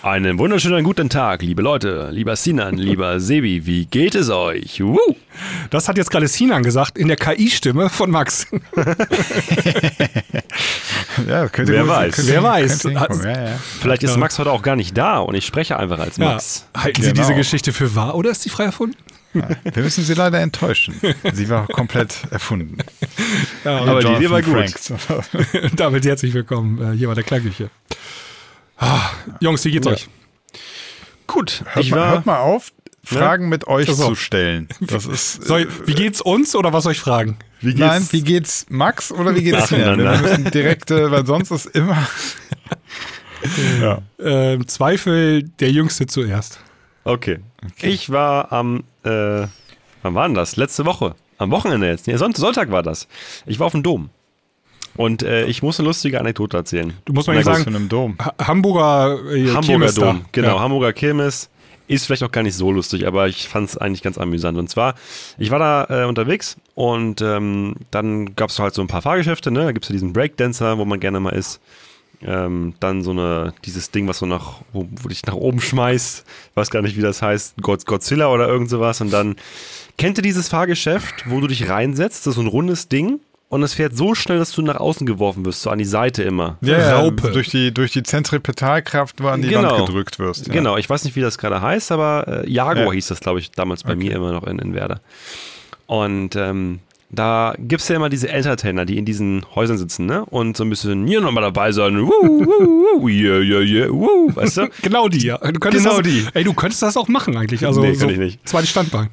Einen wunderschönen guten Tag, liebe Leute, lieber Sinan, lieber Sebi, wie geht es euch? Das hat jetzt gerade Sinan gesagt, in der KI-Stimme von Max. Ja, wer weiß. Wer weiß. Vielleicht ist Max heute auch gar nicht da und ich spreche einfach als Max. Ja, halten Sie diese Geschichte für wahr oder ist sie frei erfunden? Ja, wir müssen Sie leider enttäuschen. Sie war komplett erfunden. Ja, aber die Idee war gut. Damit herzlich willkommen. Hier war der Klangküche. Jungs, wie geht's euch? Gut. Hört mal auf, Fragen mit euch zu stellen. Das ist, wie geht's uns oder was soll ich fragen? Wie geht's Max oder wie geht's mir? Wir müssen direkt, weil sonst ist immer... Im Zweifel der Jüngste zuerst. Okay. Ich war wann war denn das? Letzte Woche. Am Wochenende jetzt. Nee, Sonntag war das. Ich war auf dem Dom. Und ich muss eine lustige Anekdote erzählen. Du musst mal sagen, von einem Dom. Hamburger Kirmes Dom. Da. Genau, Hamburger Kirmes. Ist vielleicht auch gar nicht so lustig, aber ich fand es eigentlich ganz amüsant. Und zwar, ich war da unterwegs und dann gab es halt so ein paar Fahrgeschäfte. Ne? Da gibt es ja diesen Breakdancer, wo man gerne mal ist. Dann dieses Ding, was so wo dich nach oben schmeißt. Ich weiß gar nicht, wie das heißt. Godzilla oder irgend sowas. Und dann kennt ihr dieses Fahrgeschäft, wo du dich reinsetzt. Das ist so ein rundes Ding. Und es fährt so schnell, dass du nach außen geworfen wirst, so an die Seite immer. Ja, Raupe. Durch die Zentripetalkraft an die Wand gedrückt wirst. Ja. Genau, ich weiß nicht, wie das gerade heißt, aber Jaguar hieß das, glaube ich, damals bei mir immer noch in Werder. Und da gibt es ja immer diese Entertainer, die in diesen Häusern sitzen, ne? Und so ein bisschen hier nochmal dabei sein. Weißt du? Genau die, ja. Du könntest das auch machen eigentlich. Also nee, kann ich nicht. Zweites Standbein.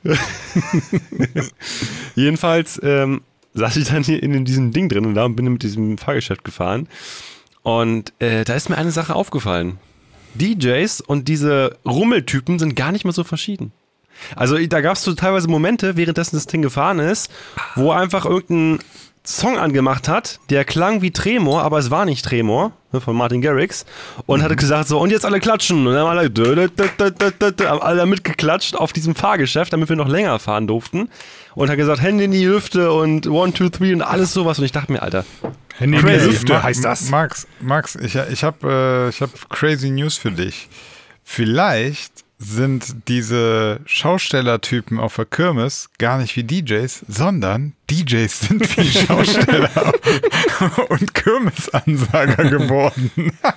Jedenfalls saß ich dann hier in diesem Ding drin und da bin mit diesem Fahrgeschäft gefahren. Und da ist mir eine Sache aufgefallen. DJs und diese Rummeltypen sind gar nicht mal so verschieden. Also da gab es so teilweise Momente, währenddessen das Ding gefahren ist, wo einfach irgendein Song angemacht hat, der klang wie Tremor, aber es war nicht Tremor, von Martin Garrix, und hatte gesagt so, und jetzt alle klatschen. Und dann haben alle mitgeklatscht auf diesem Fahrgeschäft, damit wir noch länger fahren durften. Und hat gesagt, Hände in die Hüfte und 1, 2, 3 und alles sowas. Und ich dachte mir, Alter, Hände in die Hüfte heißt das. Max, ich hab crazy News für dich. Vielleicht sind diese Schaustellertypen auf der Kirmes gar nicht wie DJs, sondern DJs sind wie Schausteller und Kirmesansager geworden.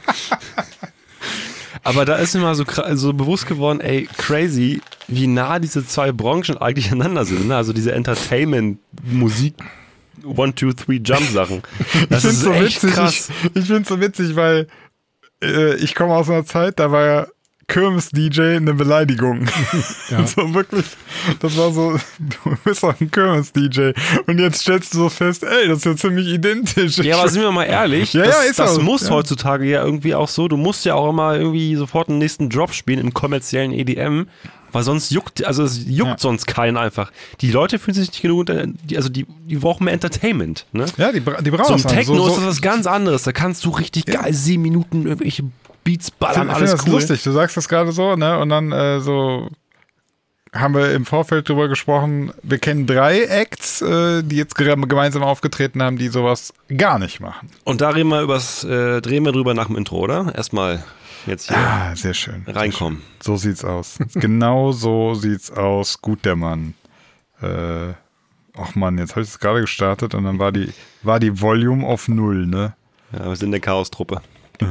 Aber da ist mir mal so bewusst geworden, ey, crazy, wie nah diese zwei Branchen eigentlich aneinander sind. Ne? Also diese Entertainment-Musik, 1, 2, 3 Jump-Sachen. Das ist so echt witzig, krass. Ich finde es so witzig, weil ich komme aus einer Zeit, da war ja Kirmes-DJ eine Beleidigung. Ja. So wirklich, das war so, du bist doch ein Kirmes-DJ und jetzt stellst du so fest, ey, das ist ja ziemlich identisch. Ja, aber sind wir mal ehrlich, das muss heutzutage ja irgendwie auch so, du musst ja auch immer irgendwie sofort einen nächsten Drop spielen im kommerziellen EDM, weil sonst juckt sonst keinen einfach. Die Leute fühlen sich nicht genug, die brauchen mehr Entertainment. Ne? Ja, die brauchen so ein Techno ist das was ganz anderes, da kannst du richtig geil 7 Minuten irgendwelche Beats ballern, alles cool. Das ist lustig, du sagst das gerade so, ne? Und dann so haben wir im Vorfeld drüber gesprochen, wir kennen 3 Acts, die jetzt gemeinsam aufgetreten haben, die sowas gar nicht machen. Und da reden wir drehen wir drüber nach dem Intro, oder? Erstmal jetzt hier sehr schön, reinkommen. Sehr schön. So sieht's aus. Genau so sieht's aus. Gut, der Mann. Ach Mann, jetzt habe ich es gerade gestartet und dann war die Volume auf 0, ne? Ja, wir sind eine Chaos-Truppe.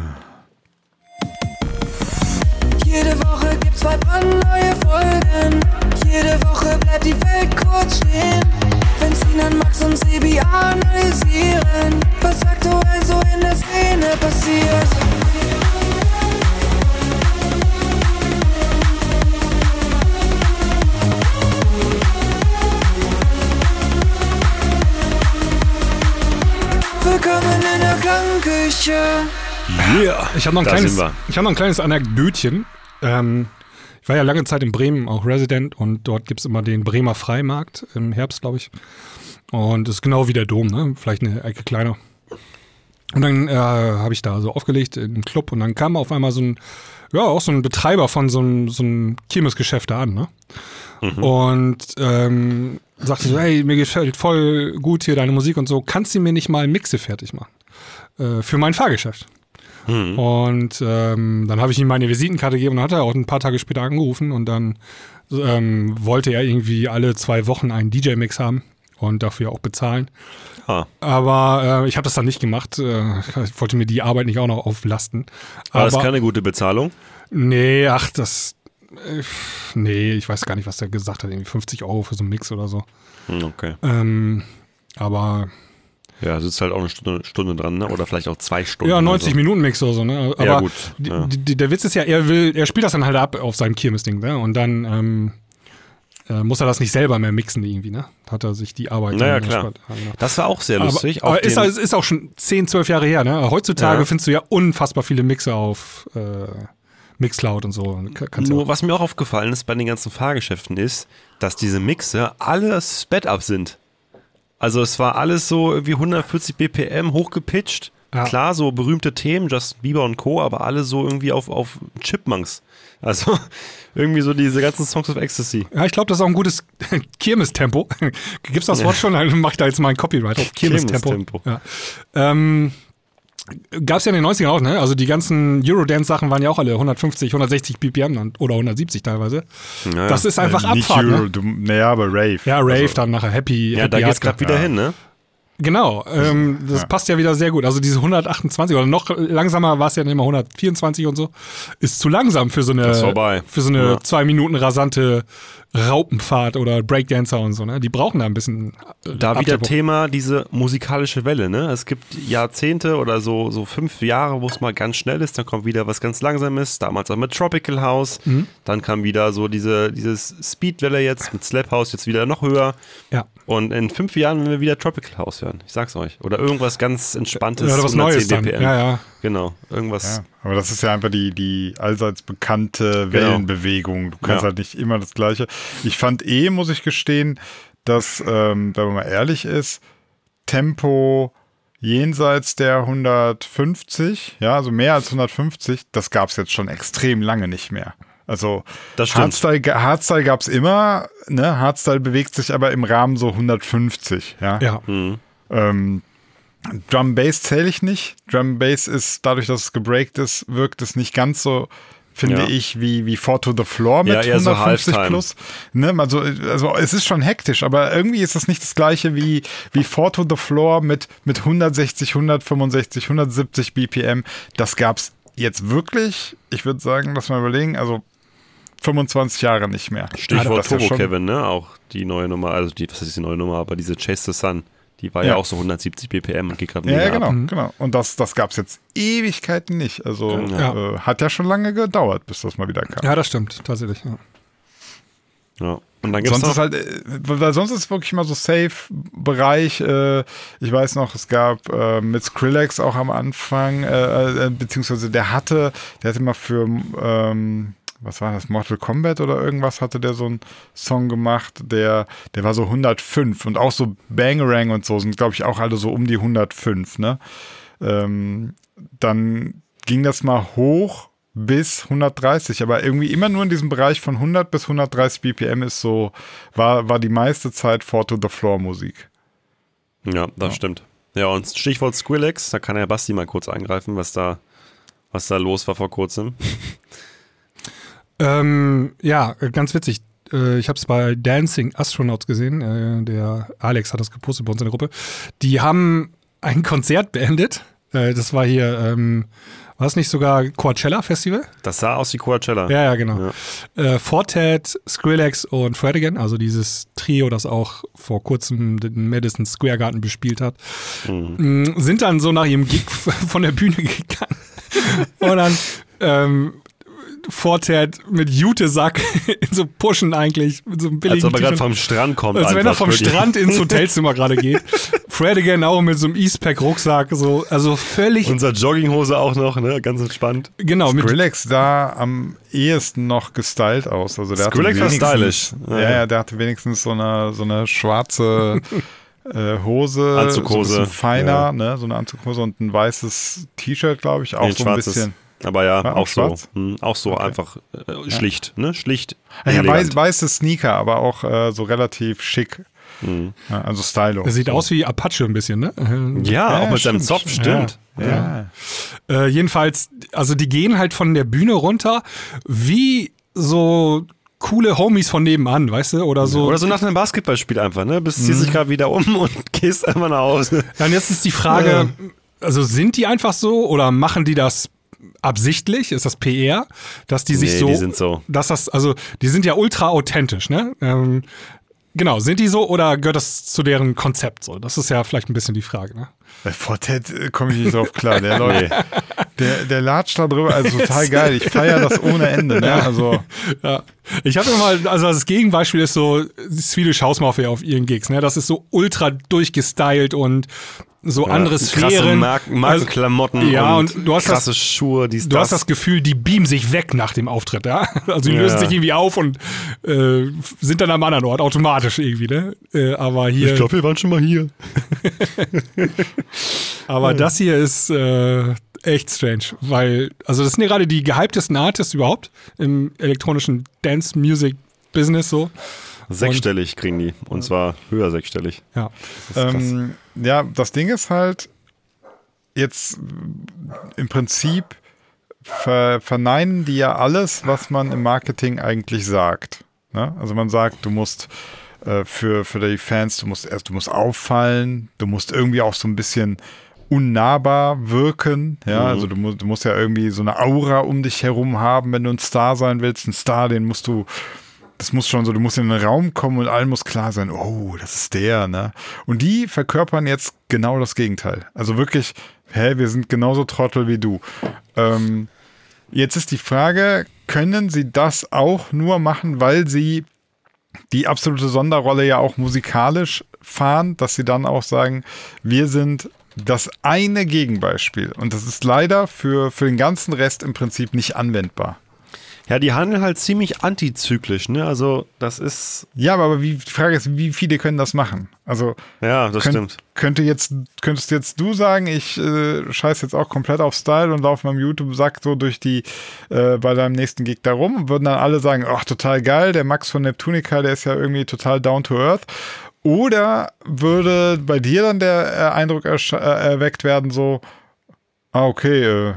Jede Woche gibt's 2 brandneue Folgen. Jede Woche bleibt die Welt kurz stehen. Wenn Sinan, Max und Sebi analysieren, was aktuell so in der Szene passiert. Willkommen in der Klangküche. Yeah. Ich habe noch ein kleines Anekdötchen. Ich war ja lange Zeit in Bremen auch Resident und dort gibt es immer den Bremer Freimarkt im Herbst, glaube ich. Und das ist genau wie der Dom, ne? Vielleicht eine Ecke kleiner. Und dann habe ich da so aufgelegt in den Club und dann kam auf einmal so ein Betreiber von so einem Kirmesgeschäft da an, ne? Mhm. Und sagte so, hey, mir gefällt voll gut hier deine Musik und so, kannst du mir nicht mal Mixe fertig machen? Für mein Fahrgeschäft. Und dann habe ich ihm meine Visitenkarte gegeben und hat er auch ein paar Tage später angerufen und dann wollte er irgendwie alle 2 Wochen einen DJ-Mix haben und dafür auch bezahlen. Aber ich habe das dann nicht gemacht. Ich wollte mir die Arbeit nicht auch noch auflasten. War das keine gute Bezahlung? Nee, nee, ich weiß gar nicht, was der gesagt hat. Irgendwie 50 € für so einen Mix oder so. Okay. Aber... Ja, sitzt halt auch eine Stunde dran, ne? Oder vielleicht auch 2 Stunden. Ja, 90-Minuten-Mix oder so, ne? Aber ja, gut. Der Witz ist ja, er spielt das dann halt ab auf seinem Kirmes-Ding, ne? Und dann muss er das nicht selber mehr mixen irgendwie, ne? Hat er sich die Arbeit naja, klar. Das war auch sehr lustig. Aber ist auch schon 10, 12 Jahre her, ne? Heutzutage findest du ja unfassbar viele Mixer auf Mixcloud und so. Nur, was mir auch aufgefallen ist bei den ganzen Fahrgeschäften ist, dass diese Mixer alle sped-up sind. Also es war alles so irgendwie 140 BPM hochgepitcht. Ja. Klar, so berühmte Themen, Justin Bieber und Co., aber alle so irgendwie auf Chipmunks. Also irgendwie so diese ganzen Songs of Ecstasy. Ja, ich glaube, das ist auch ein gutes Kirmes-Tempo. Gibt's das Wort schon? Dann mach ich da jetzt mal ein Copyright auf Kirmes-Tempo. Ja. Gab's ja in den 90ern auch, ne? Also die ganzen Eurodance-Sachen waren ja auch alle 150, 160 BPM oder 170 teilweise. Naja. Das ist einfach Abfahrt, ne? Naja, aber Rave. Ja, Rave also, dann nachher Happy. Ja, Happy da geht's gerade wieder hin, ne? Genau, das passt ja wieder sehr gut. Also diese 128 oder noch langsamer war es ja immer 124 und so, ist zu langsam für so eine 2 Minuten rasante Raupenfahrt oder Breakdancer und so, ne? Die brauchen da ein bisschen Da wieder Thema diese musikalische Welle, ne? Es gibt Jahrzehnte oder so 5 Jahre, wo es mal ganz schnell ist, dann kommt wieder was ganz Langsames, damals auch mit Tropical House, dann kam wieder so dieses Speedwelle jetzt mit Slap House, jetzt wieder noch höher. Ja. Und in 5 Jahren werden wir wieder Tropical House hören, ich sag's euch. Oder irgendwas ganz Entspanntes, oder was Neues dann. BPM. Ja. Genau, irgendwas. Ja, aber das ist ja einfach die allseits bekannte Wellenbewegung. Du kannst halt nicht immer das Gleiche. Ich fand muss ich gestehen, dass, wenn man mal ehrlich ist, Tempo jenseits der 150, ja, also mehr als 150, das gab es jetzt schon extrem lange nicht mehr. Also Hardstyle gab es immer, ne? Hardstyle bewegt sich aber im Rahmen so 150, ja. Drum Bass zähle ich nicht. Drum Bass ist, dadurch, dass es gebreakt ist, wirkt es nicht ganz so, finde ich, wie Four to the Floor mit 150 so plus. Ne? Also es ist schon hektisch, aber irgendwie ist es nicht das gleiche wie Four to the Floor mit 160, 165, 170 BPM. Das gab's jetzt wirklich, ich würde sagen, lass mal überlegen, also 25 Jahre nicht mehr. Stichwort Turbo Kevin, ne? Auch die neue Nummer, also was ist die neue Nummer, aber diese Chase the Sun. Die war ja auch so 170 BPM und geht gerade mega ab. Genau. Und das gab es jetzt Ewigkeiten nicht. Also hat ja schon lange gedauert, bis das mal wieder kam. Ja, das stimmt, tatsächlich. Ja. Und dann gibt's sonst weil sonst ist es wirklich immer so Safe-Bereich. Ich weiß noch, es gab mit Skrillex auch am Anfang, beziehungsweise der hatte mal für was war das, Mortal Kombat oder irgendwas, hatte der so einen Song gemacht, der war so 105 und auch so Bangarang und so sind, glaube ich, auch alle so um die 105, ne? Dann ging das mal hoch bis 130, aber irgendwie immer nur in diesem Bereich von 100 bis 130 BPM ist so, war die meiste Zeit Four to the Floor Musik. Ja, das stimmt. Ja, und Stichwort Skrillex, da kann ja Basti mal kurz eingreifen, was da los war vor kurzem. Ja, ganz witzig. Ich habe es bei Dancing Astronauts gesehen. Der Alex hat das gepostet bei uns in der Gruppe. Die haben ein Konzert beendet. Das war hier, war es nicht sogar Coachella Festival? Das sah aus wie Coachella. Ja, genau. Ja. Fortet, Skrillex und Fredigan, also dieses Trio, das auch vor kurzem den Madison Square Garden bespielt hat, sind dann so nach ihrem Gig von der Bühne gegangen. Und dann Fortet mit Jutesack in so Pushen eigentlich. Mit so einem billigen als ob er gerade vom Strand kommt. Als wenn er vom Strand ins Hotelzimmer gerade geht. Fredigan auch mit so einem Eastpack-Rucksack. So, also völlig... Unser Jogginghose auch noch, ne? Ganz entspannt. Genau. Skrillex sah am ehesten noch gestylt aus. Also der Skrillex war stylisch. Ja, der hatte wenigstens so eine schwarze... Hose, Anzughose. So ein bisschen feiner, ne? So eine Anzughose und ein weißes T-Shirt, glaube ich, auch so ein bisschen. Aber ja, auch so. Auch so okay. Einfach schlicht, ne? Schlicht. Ja, weiße Sneaker, aber auch so relativ schick. Ja, also Stylo. Das sieht aus wie Apache ein bisschen, ne? Ja, auch mit seinem Zopf, stimmt. Ja. Jedenfalls, also die gehen halt von der Bühne runter wie so coole Homies von nebenan, weißt du? Oder so nach einem Basketballspiel einfach, ne? Ziehst dich gerade wieder um und gehst einfach nach Hause. Ja, und jetzt ist die Frage, also sind die einfach so oder machen die das absichtlich? Ist das PR? Dass die sich die sind so. Dass das, also die sind ja ultra authentisch, ne? Genau, sind die so oder gehört das zu deren Konzept so? Das ist ja vielleicht ein bisschen die Frage, ne? Bei Fortet komme ich nicht so auf klar. Der latscht da drüber, also total geil. Ich feiere das ohne Ende, ne? Also. Ja. Ich habe immer, also das Gegenbeispiel ist so Swedish House Mafia auf ihren Gigs, ne? Das ist so ultra durchgestylt und so andere Sphären. Markenklamotten und du hast krasse Schuhe, du hast das Gefühl, die beamen sich weg nach dem Auftritt, ja? Also die lösen sich irgendwie auf und sind dann am anderen Ort automatisch irgendwie, ne? Aber hier. Ich glaube, wir waren schon mal hier. Aber das hier ist echt strange, weil, also das sind ja gerade die gehyptesten Artists überhaupt im elektronischen Dance-Music-Business so. Sechsstellig kriegen die, und zwar höher sechsstellig. Ja. Ja, das Ding ist halt, jetzt im Prinzip verneinen die ja alles, was man im Marketing eigentlich sagt. Ne? Also man sagt, du musst für die Fans, du musst auffallen, du musst irgendwie auch so ein bisschen unnahbar wirken, ja, also du musst ja irgendwie so eine Aura um dich herum haben, wenn du ein Star sein willst, ein Star, das muss schon so, du musst in den Raum kommen und allen muss klar sein, oh, das ist der, ne? Und die verkörpern jetzt genau das Gegenteil. Also wirklich, wir sind genauso Trottel wie du. Jetzt ist die Frage, können sie das auch nur machen, weil sie die absolute Sonderrolle ja auch musikalisch fahren, dass sie dann auch sagen, wir sind das eine Gegenbeispiel. Und das ist leider für den ganzen Rest im Prinzip nicht anwendbar. Ja, die handeln halt ziemlich antizyklisch, ne? Also das ist... Ja, aber die Frage ist, wie viele können das machen? Also ja, das stimmt. Könntest jetzt du sagen, ich scheiß jetzt auch komplett auf Style und laufe meinem YouTube-Sack so durch bei deinem nächsten Gig da rum und würden dann alle sagen, ach, total geil, der Max von Neptunica, der ist ja irgendwie total down to earth. Oder würde bei dir dann der Eindruck erweckt werden, so, okay,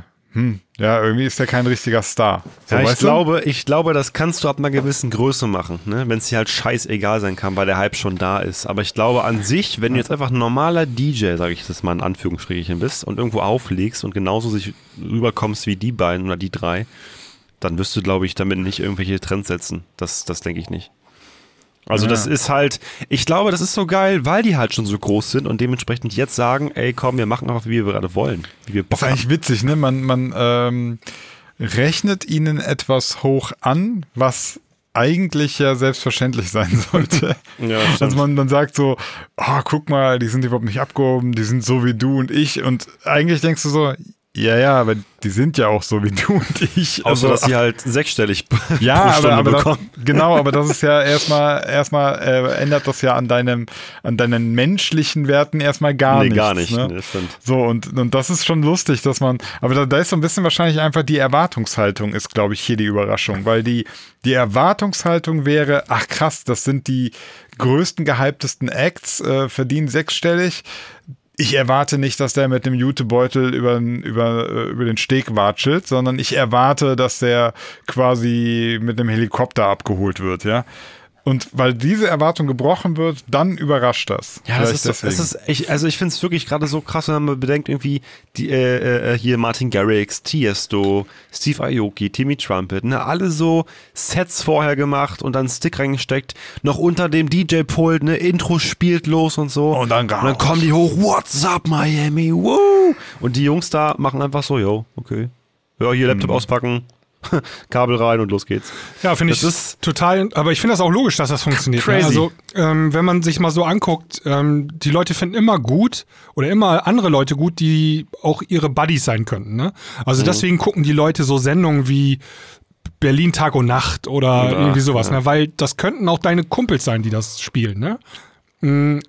ja, irgendwie ist der kein richtiger Star. So, ja, ich glaube, das kannst du ab einer gewissen Größe machen, ne? Wenn es dir halt scheißegal sein kann, weil der Hype schon da ist. Aber ich glaube an sich, wenn du jetzt einfach ein normaler DJ, sage ich das mal in Anführungsstrichen bist, und irgendwo auflegst und genauso sich rüberkommst wie die beiden oder die drei, dann wirst du, glaube ich, damit nicht irgendwelche Trends setzen. Das denke ich nicht. Also das ist halt, ich glaube, das ist so geil, weil die halt schon so groß sind und dementsprechend jetzt sagen, ey komm, wir machen einfach, wie wir gerade wollen. Wie wir Bock das ist eigentlich witzig, ne? Man rechnet ihnen etwas hoch an, was eigentlich ja selbstverständlich sein sollte. Ja, also man sagt so, guck mal, die sind überhaupt nicht abgehoben, die sind so wie du und ich. Und eigentlich denkst du so, ja, aber die sind ja auch so wie du und ich. Außer, dass sie halt sechsstellig pro Stunde bekommen. Genau, aber das ist ja erstmal ändert das ja an deinen menschlichen Werten erstmal gar nichts. Nee, gar nicht, ne? Das stimmt. So, und das ist schon lustig, dass man, aber da ist so ein bisschen wahrscheinlich einfach die Erwartungshaltung ist, glaube ich, hier die Überraschung, weil die Erwartungshaltung wäre, ach krass, das sind die größten, gehyptesten Acts, verdienen sechsstellig. Ich erwarte nicht, dass der mit dem Jutebeutel über den Steg watschelt, sondern ich erwarte, dass der quasi mit einem Helikopter abgeholt wird, ja. Und weil diese Erwartung gebrochen wird, dann überrascht das. Ja, das ist ich finde es wirklich gerade so krass, wenn man bedenkt, irgendwie hier Martin Garrix, Tiesto, Steve Aoki, Timmy Trumpet, ne, alle so Sets vorher gemacht und dann einen Stick reingesteckt, noch unter dem DJ-Pult, ne, Intro spielt los und so. Und dann kommen die hoch, what's up Miami, woo! Und die Jungs da machen einfach so, yo, okay. Ja, hier Laptop auspacken. Kabel rein und los geht's. Ja, finde ich total, aber ich finde das auch logisch, dass das funktioniert. Crazy. Also, wenn man sich mal so anguckt, die Leute finden immer gut oder immer andere Leute gut, die auch ihre Buddies sein könnten. Ne? Also deswegen gucken die Leute so Sendungen wie Berlin Tag und Nacht oder irgendwie sowas, ne? Weil das könnten auch deine Kumpels sein, die das spielen. Ne?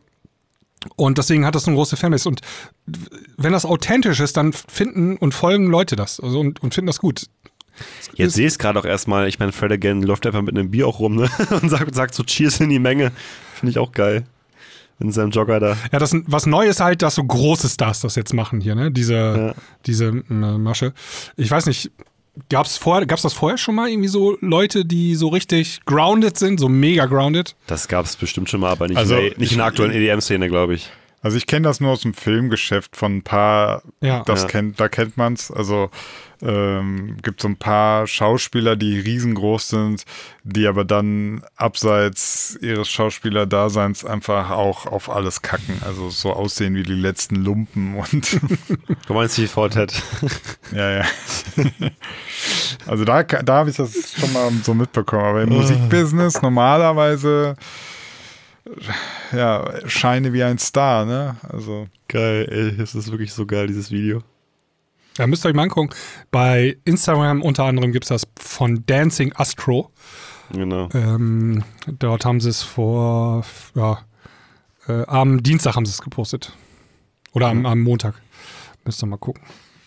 Und deswegen hat das so eine große Fanbase. Und wenn das authentisch ist, dann finden und folgen Leute das und finden das gut. Jetzt sehe ich es gerade auch erstmal, ich meine, Fred again läuft einfach mit einem Bier auch rum, ne? Und sagt so Cheers in die Menge. Finde ich auch geil. In seinem Jogger da. Ja, was neu ist halt, dass so große Stars das jetzt machen hier, ne? Diese Masche. Ich weiß nicht, gab's das vorher schon mal irgendwie so Leute, die so richtig grounded sind, so mega grounded? Das gab's bestimmt schon mal, aber nicht, Also, nicht in der aktuellen EDM-Szene, glaube ich. Also ich kenne das nur aus dem Filmgeschäft von ein paar, Ja. da kennt man's. Also gibt so ein paar Schauspieler, die riesengroß sind, die aber dann abseits ihres Schauspielerdaseins einfach auch auf alles kacken. Also so aussehen wie die letzten Lumpen und Du meinst die Fortet? ja. Also da habe ich das schon mal so mitbekommen. Aber im Musikbusiness normalerweise scheine wie ein Star, ne? Also Geil, ey, das ist wirklich so geil, dieses Video. Ja, müsst ihr euch mal angucken. Bei Instagram unter anderem gibt es das von Dancing Astro. Genau. Dort haben sie es am Dienstag haben sie es gepostet. Oder am Montag. Müsst ihr mal gucken.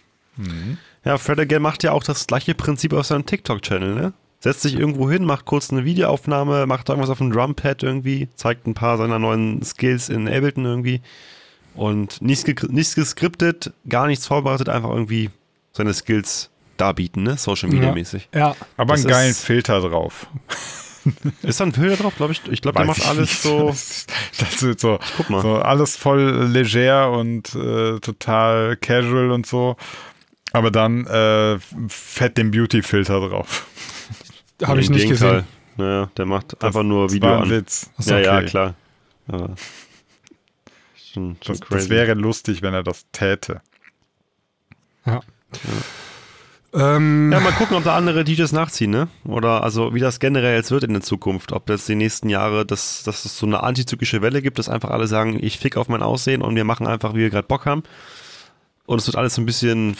Ja, Fred Again macht ja auch das gleiche Prinzip auf seinem TikTok-Channel, ne? Setzt sich irgendwo hin, macht kurz eine Videoaufnahme, macht irgendwas auf dem Drumpad irgendwie, zeigt ein paar seiner neuen Skills in Ableton irgendwie. Und nichts geskriptet, gar nichts vorbereitet, einfach irgendwie seine Skills darbieten, ne? Social Media mäßig. Ja. aber einen geilen Filter drauf. Ist da ein Filter drauf, glaube ich? Ich glaube, der Weiß macht ich alles nicht. so. Das wird so, Guck mal. so alles voll leger und total casual und so. Aber dann fett den Beauty-Filter drauf. Habe ich Im nicht Gegenteil. gesehen. Naja, der macht einfach nur das Video war ein an. Witz. Ja, ja, Okay. klar. Aber schon Das crazy. wäre lustig, wenn er das täte. Ja. Ja, mal gucken, ob da andere DJs nachziehen, ne? Oder also wie das generell jetzt wird in der Zukunft. Ob das die nächsten Jahre, dass es so eine antizyklische Welle gibt, dass einfach alle sagen, ich fick auf mein Aussehen und wir machen einfach, wie wir gerade Bock haben. Und es wird alles so ein bisschen,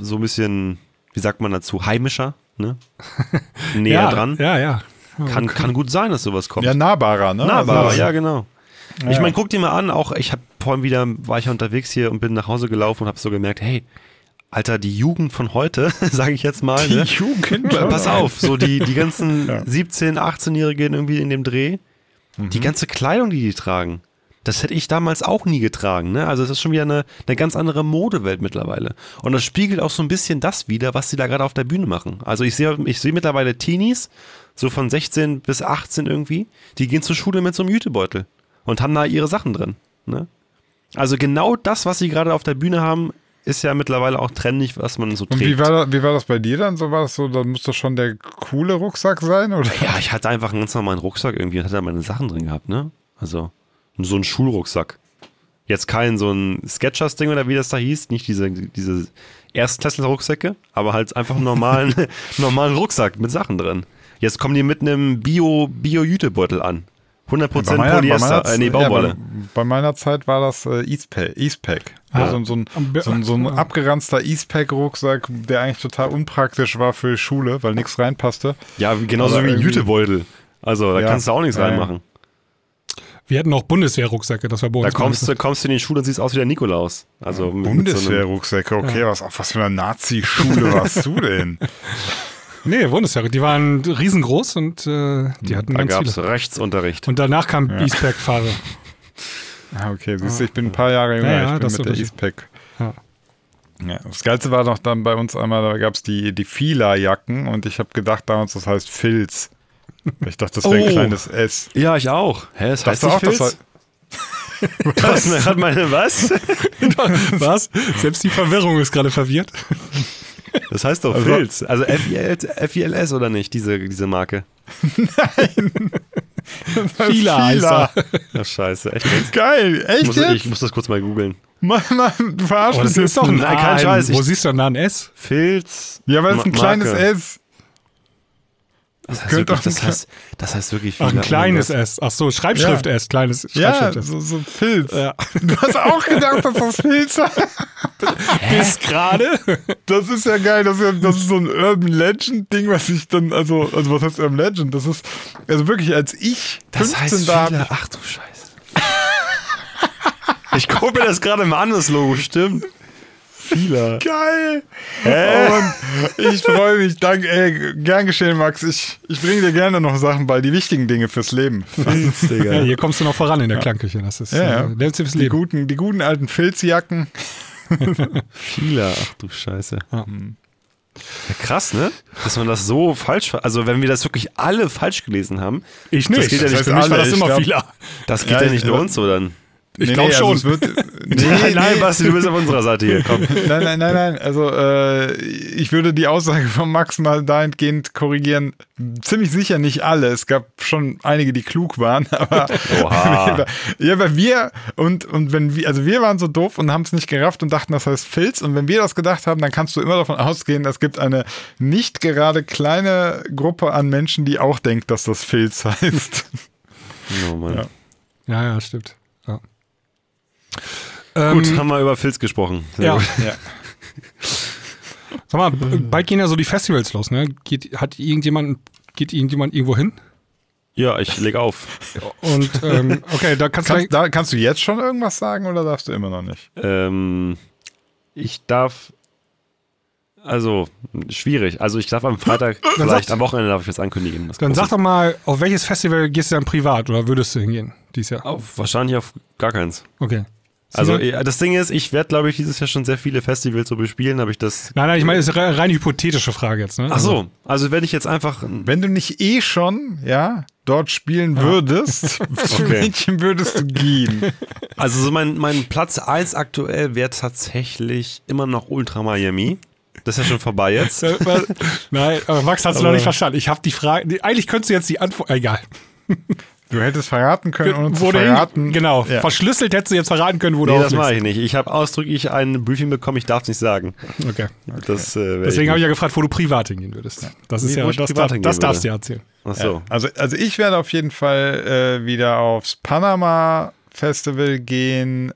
wie sagt man dazu, heimischer, ne? Näher dran. Ja. Kann gut sein, dass sowas kommt. Ja, nahbarer, ne? Nahbarer, Also, ja, genau. Ja. Ich meine, guck dir mal an, auch ich habe vorhin wieder, war ich ja unterwegs hier und bin nach Hause gelaufen und habe so gemerkt, hey, Alter, die Jugend von heute, sage ich jetzt mal, ne? Jugend. Pass auf, so die ganzen Ja. 17-, 18-Jährigen irgendwie in dem Dreh, die ganze Kleidung, die tragen, das hätte ich damals auch nie getragen, ne? Also es ist schon wieder eine ganz andere Modewelt mittlerweile. Und das spiegelt auch so ein bisschen das wider, was sie da gerade auf der Bühne machen. Also ich sehe mittlerweile Teenies, so von 16 bis 18 irgendwie, die gehen zur Schule mit so einem Jutebeutel und haben da ihre Sachen drin, ne? Also genau das, was sie gerade auf der Bühne haben, ist ja mittlerweile auch trendig, was man so Und trägt. wie war das bei dir dann? So war das so, dann muss das schon der coole Rucksack sein, oder? Ja, ich hatte einfach einen ganz normalen Rucksack irgendwie und hatte da meine Sachen drin gehabt, ne? Also so ein Schulrucksack. Jetzt kein so ein Skechers-Ding oder wie das da hieß, nicht diese Erstklässler-Rucksäcke, aber halt einfach einen normalen Rucksack mit Sachen drin. Jetzt kommen die mit einem Bio-Jutebeutel an. 100% Polyester, Baumwolle. Ja, bei meiner Zeit war das Eastpack. Also so ein abgeranzter Eastpack-Rucksack, der eigentlich total unpraktisch war für die Schule, weil nichts reinpasste. Ja, genauso Aber wie ein irgendwie- Jutebeutel. Also da Ja, kannst du auch nichts ja, reinmachen. Wir hatten auch Bundeswehr-Rucksäcke, das war bei Da uns. kommst du in die Schule und siehst aus wie der Nikolaus. Also mit so einem- Bundeswehr-Rucksäcke, okay, auf was für einer Nazi-Schule warst du denn? Nee, Bundeswehr, die waren riesengroß und die hatten Da ganz gab es viele. Rechtsunterricht. Und danach kam Eastpack-Fahrer. Ah, okay, siehst du, ich bin ein paar Jahre jünger, Ja, ich bin das mit ist der Unterschied. Eastpack. Ja. Ja, das Geilste war noch dann bei uns einmal, da gab es die Fila-Jacken und ich habe gedacht damals, das heißt Filz. Ich dachte, das wäre ein kleines S. Ja, ich auch. Hä, das heißt du nicht Filz? Du hast mir gerade meine, was? Was? Selbst die Verwirrung ist gerade verwirrt. Das heißt doch Filz. Also FILS oder nicht, diese Marke? Fila heißt er. Ach scheiße, echt jetzt? Geil, echt jetzt? Ich muss das kurz mal googeln. Mann, du verarschst Oh, das mich ist doch ein Nein, kein A. Scheiß. Wo siehst du denn da ein S? Filz. Ja, weil es ein kleines Marke. S. Das heißt, könnte wirklich, auch das heißt wirklich Ach, ein Fila. kleines S. Ach so, Schreibschrift Ja. S, kleines Ja, Schreibschrift S. so Filz. Ja. Du hast auch gedacht, dass das Filz war. Bis gerade? Das ist ja geil, das ist so ein Urban Legend Ding, was ich dann, also was heißt Urban Legend? Das ist, also wirklich, als ich Das 15 heißt da Fila. Ach du Scheiße. Ich gucke mir das gerade mal an, das Logo, stimmt. Vieler. Geil. Und ich freue mich. Danke, gern geschehen, Max. Ich bringe dir gerne noch Sachen bei, die wichtigen Dinge fürs Leben. Filz, Digga. Ja, hier kommst du noch voran in der Klangküche. Das ist fürs Leben. Die guten alten Filzjacken. Vieler, ach du Scheiße. Ja, krass, ne? Dass man das so falsch, also wenn wir das wirklich alle falsch gelesen haben. Ich nicht. Das geht ja nicht für mich war das immer Vieler. Das geht ja nicht nur uns so dann. Ich glaube schon. Also Nein, Basti, du bist auf unserer Seite hier. Komm. Nein. Also ich würde die Aussage von Max mal dahingehend korrigieren. Ziemlich sicher nicht alle. Es gab schon einige, die klug waren. Aber Oha. Ja, weil wir wir waren so doof und haben es nicht gerafft und dachten, das heißt Filz. Und wenn wir das gedacht haben, dann kannst du immer davon ausgehen, es gibt eine nicht gerade kleine Gruppe an Menschen, die auch denkt, dass das Filz heißt. Oh Mann. Ja, stimmt. Ja. Gut, haben wir über Filz gesprochen. Sehr gut. Ja. Sag mal, bald gehen ja so die Festivals los, ne? Geht irgendjemand irgendwo hin? Ja, ich leg auf. Und okay, da kannst du jetzt schon irgendwas sagen oder darfst du immer noch nicht? Ich darf, also schwierig. Also ich darf am Freitag, vielleicht am Wochenende darf ich jetzt ankündigen. Dann sag doch mal, auf welches Festival gehst du dann privat oder würdest du hingehen dieses Jahr? Wahrscheinlich auf gar keins. Okay. Also das Ding ist, ich werde, glaube ich, dieses Jahr schon sehr viele Festivals so bespielen, habe ich das... Nein, ich meine, das ist eine rein hypothetische Frage jetzt, ne? Ach so, also werde ich jetzt einfach... Wenn du nicht schon, dort spielen würdest, zu Mädchen würdest du gehen. Also so mein Platz 1 aktuell wäre tatsächlich immer noch Ultra Miami. Das ist ja schon vorbei jetzt. Nein, aber Max, hast du noch nicht verstanden. Ich habe die Frage, eigentlich könntest du jetzt die Antwort, egal. Du hättest verraten können, ohne zu verraten. Genau, verschlüsselt hättest du jetzt verraten können, wo du das mache ich nicht. Ich habe ausdrücklich ein Briefing bekommen, ich darf es nicht sagen. Okay. Deswegen habe ich ja gefragt, wo du privat hingehen würdest. Das ist das darfst du ja erzählen. Ach so. Ja. Also ich werde auf jeden Fall wieder aufs Panama Festival gehen,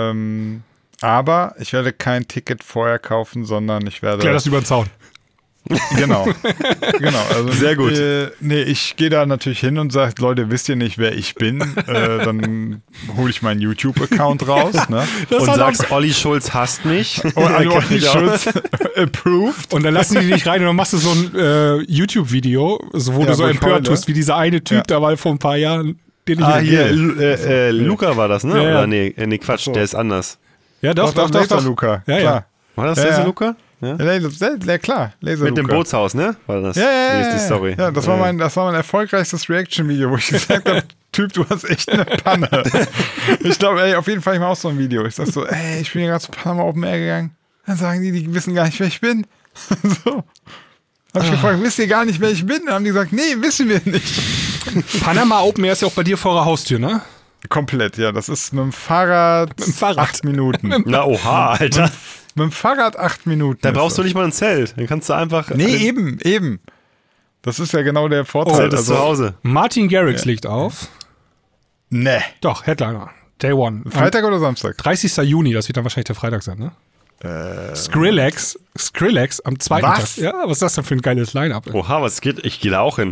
aber ich werde kein Ticket vorher kaufen, sondern ich werde... Klär das über den Zaun. Genau. Also, sehr gut. Ich gehe da natürlich hin und sage, Leute, wisst ihr nicht, wer ich bin? Dann hole ich meinen YouTube-Account raus. Ne? Und sagst, Olli Schulz hasst mich. Olli Schulz approved. Und dann lassen die dich rein und dann machst du so ein YouTube-Video, wo du so empört tust, wie dieser eine Typ da war vor ein paar Jahren. Den ich Luca war das, ne? Ja. Oder nee, Quatsch, der ist anders. Ja, doch. Luca. Ja, klar. War das der Luca? Ja, klar. Laser mit dem Bootshaus, ne? War das? Ja. Ist die Story. Ja, das war mein erfolgreichstes Reaction-Video, wo ich gesagt habe, Typ, du hast echt eine Panne. Ich glaube, auf jeden Fall ich mache auch so ein Video. Ich sag so, ich bin hier gerade zu Panama Open Air gegangen. Dann sagen die wissen gar nicht, wer ich bin. So. Hab ich gefragt, wisst ihr gar nicht, wer ich bin? Dann haben die gesagt, nee, wissen wir nicht. Panama Open Air ist ja auch bei dir vor der Haustür, ne? Komplett, ja. Das ist mit dem Fahrrad 8 Minuten. Na, oha, Alter. Mit dem Fahrrad 8 Minuten. Da brauchst du nicht mal ein Zelt. Dann kannst du einfach... Nee, eben. Das ist ja genau der Vorteil. Das zu Hause. Martin Garrix legt auf. Nee. Doch, Headliner. Day One. Freitag oder Samstag? 30. Juni, das wird dann wahrscheinlich der Freitag sein, ne? Skrillex am 2. Tag. Ja, was ist das denn für ein geiles Line-Up? Oha, was geht? Ich gehe da auch hin.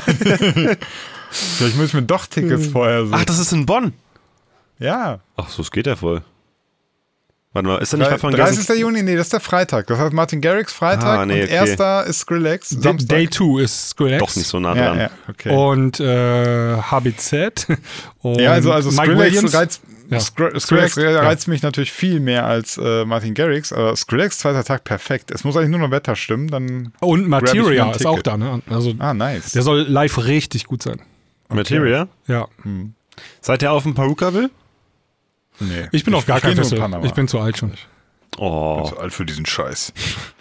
Vielleicht muss ich mir doch Tickets vorher suchen. Ach, das ist in Bonn? Ja. Ach, so, es geht ja voll. Warte mal, ist da nicht von 30. Juni? Nee, das ist der Freitag. Das heißt Martin Garrix Freitag und erster ist Skrillex. Samstag. Day 2 ist Skrillex. Doch nicht so nah dran. Ja, okay. Und HBZ. Und also Skrillex reizt mich natürlich viel mehr als Martin Garrix. Aber Skrillex, 2. Tag, perfekt. Es muss eigentlich nur noch Wetter stimmen. Dann und Materia ist auch da, ne? Also, nice. Der soll live richtig gut sein. Okay. Materia? Ja. Seid ihr auf dem Perukaville? Nee. Ich bin auf gar kein Festival. Ich bin zu alt schon. Oh. Ich bin zu alt für diesen Scheiß.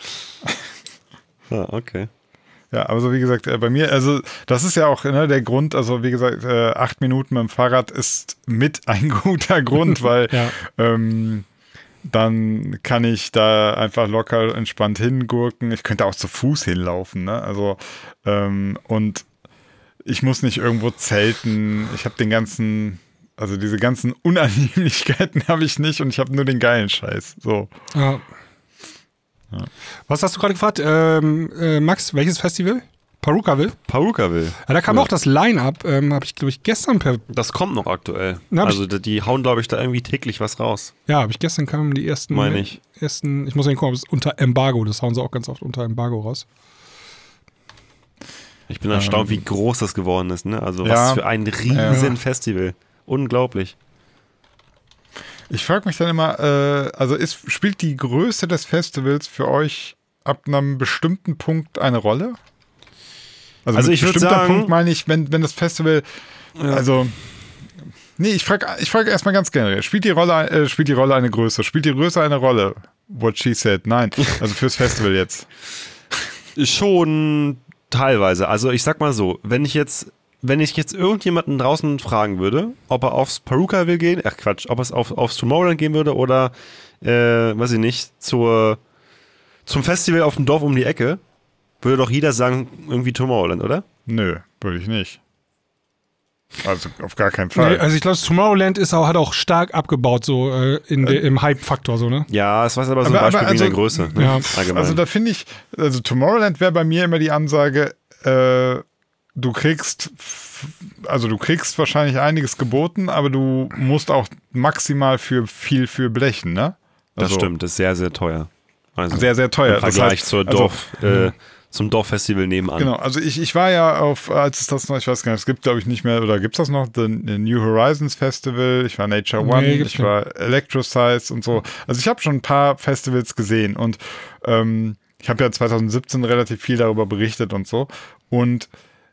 Okay. Ja, aber so wie gesagt, bei mir, also das ist ja auch der Grund, also wie gesagt, 8 Minuten mit dem Fahrrad ist mit ein guter Grund, weil dann kann ich da einfach locker entspannt hingurken. Ich könnte auch zu Fuß hinlaufen, ne? Also und ich muss nicht irgendwo zelten. Ich habe also diese ganzen Unannehmlichkeiten habe ich nicht und ich habe nur den geilen Scheiß. So. Ja. Was hast du gerade gefragt? Max, welches Festival? Perukaville? Perukaville. Ja, da kam auch das Line-Up, habe ich, glaube ich, gestern Das kommt noch aktuell. Also die hauen, glaube ich, da irgendwie täglich was raus. Ja, habe ich gestern kamen die ersten. Meine ich. Ich muss mal gucken, ob es unter Embargo, das hauen sie auch ganz oft unter Embargo raus. Ich bin erstaunt, wie groß das geworden ist, ne? Also was für ein riesen Festival. Unglaublich. Ich frage mich dann immer, spielt die Größe des Festivals für euch ab einem bestimmten Punkt eine Rolle? Also ich würde sagen, Punkt meine ich, wenn das Festival, ich frage erstmal ganz generell, spielt die Rolle eine Größe? Spielt die Größe eine Rolle? What she said. Nein, also fürs Festival jetzt. Schon teilweise. Also ich sag mal so, wenn ich jetzt irgendjemanden draußen fragen würde, ob er aufs Perukaville gehen, ob es aufs Tomorrowland gehen würde oder, weiß ich nicht, zum Festival auf dem Dorf um die Ecke, würde doch jeder sagen, irgendwie Tomorrowland, oder? Nö, würde ich nicht. Also auf gar keinen Fall. Nee, also ich glaube, Tomorrowland hat auch stark abgebaut, so im Hype-Faktor, so, ne? Ja, es war aber so ein Beispiel wegen der Größe. Ne? Ja. Also da finde ich, Tomorrowland wäre bei mir immer die Ansage, du kriegst wahrscheinlich einiges geboten, aber du musst auch maximal viel für blechen, ne? Also, das stimmt, das ist sehr, sehr teuer. Also sehr, sehr teuer. Im Vergleich zum Dorffestival nebenan. Genau, also ich war ja als es das noch, ich weiß gar nicht, es gibt glaube ich nicht mehr, oder gibt es das noch, The New Horizons Festival, ich war Nature One, ich war Electrosize und so. Also ich habe schon ein paar Festivals gesehen und ich habe ja 2017 relativ viel darüber berichtet und so. Und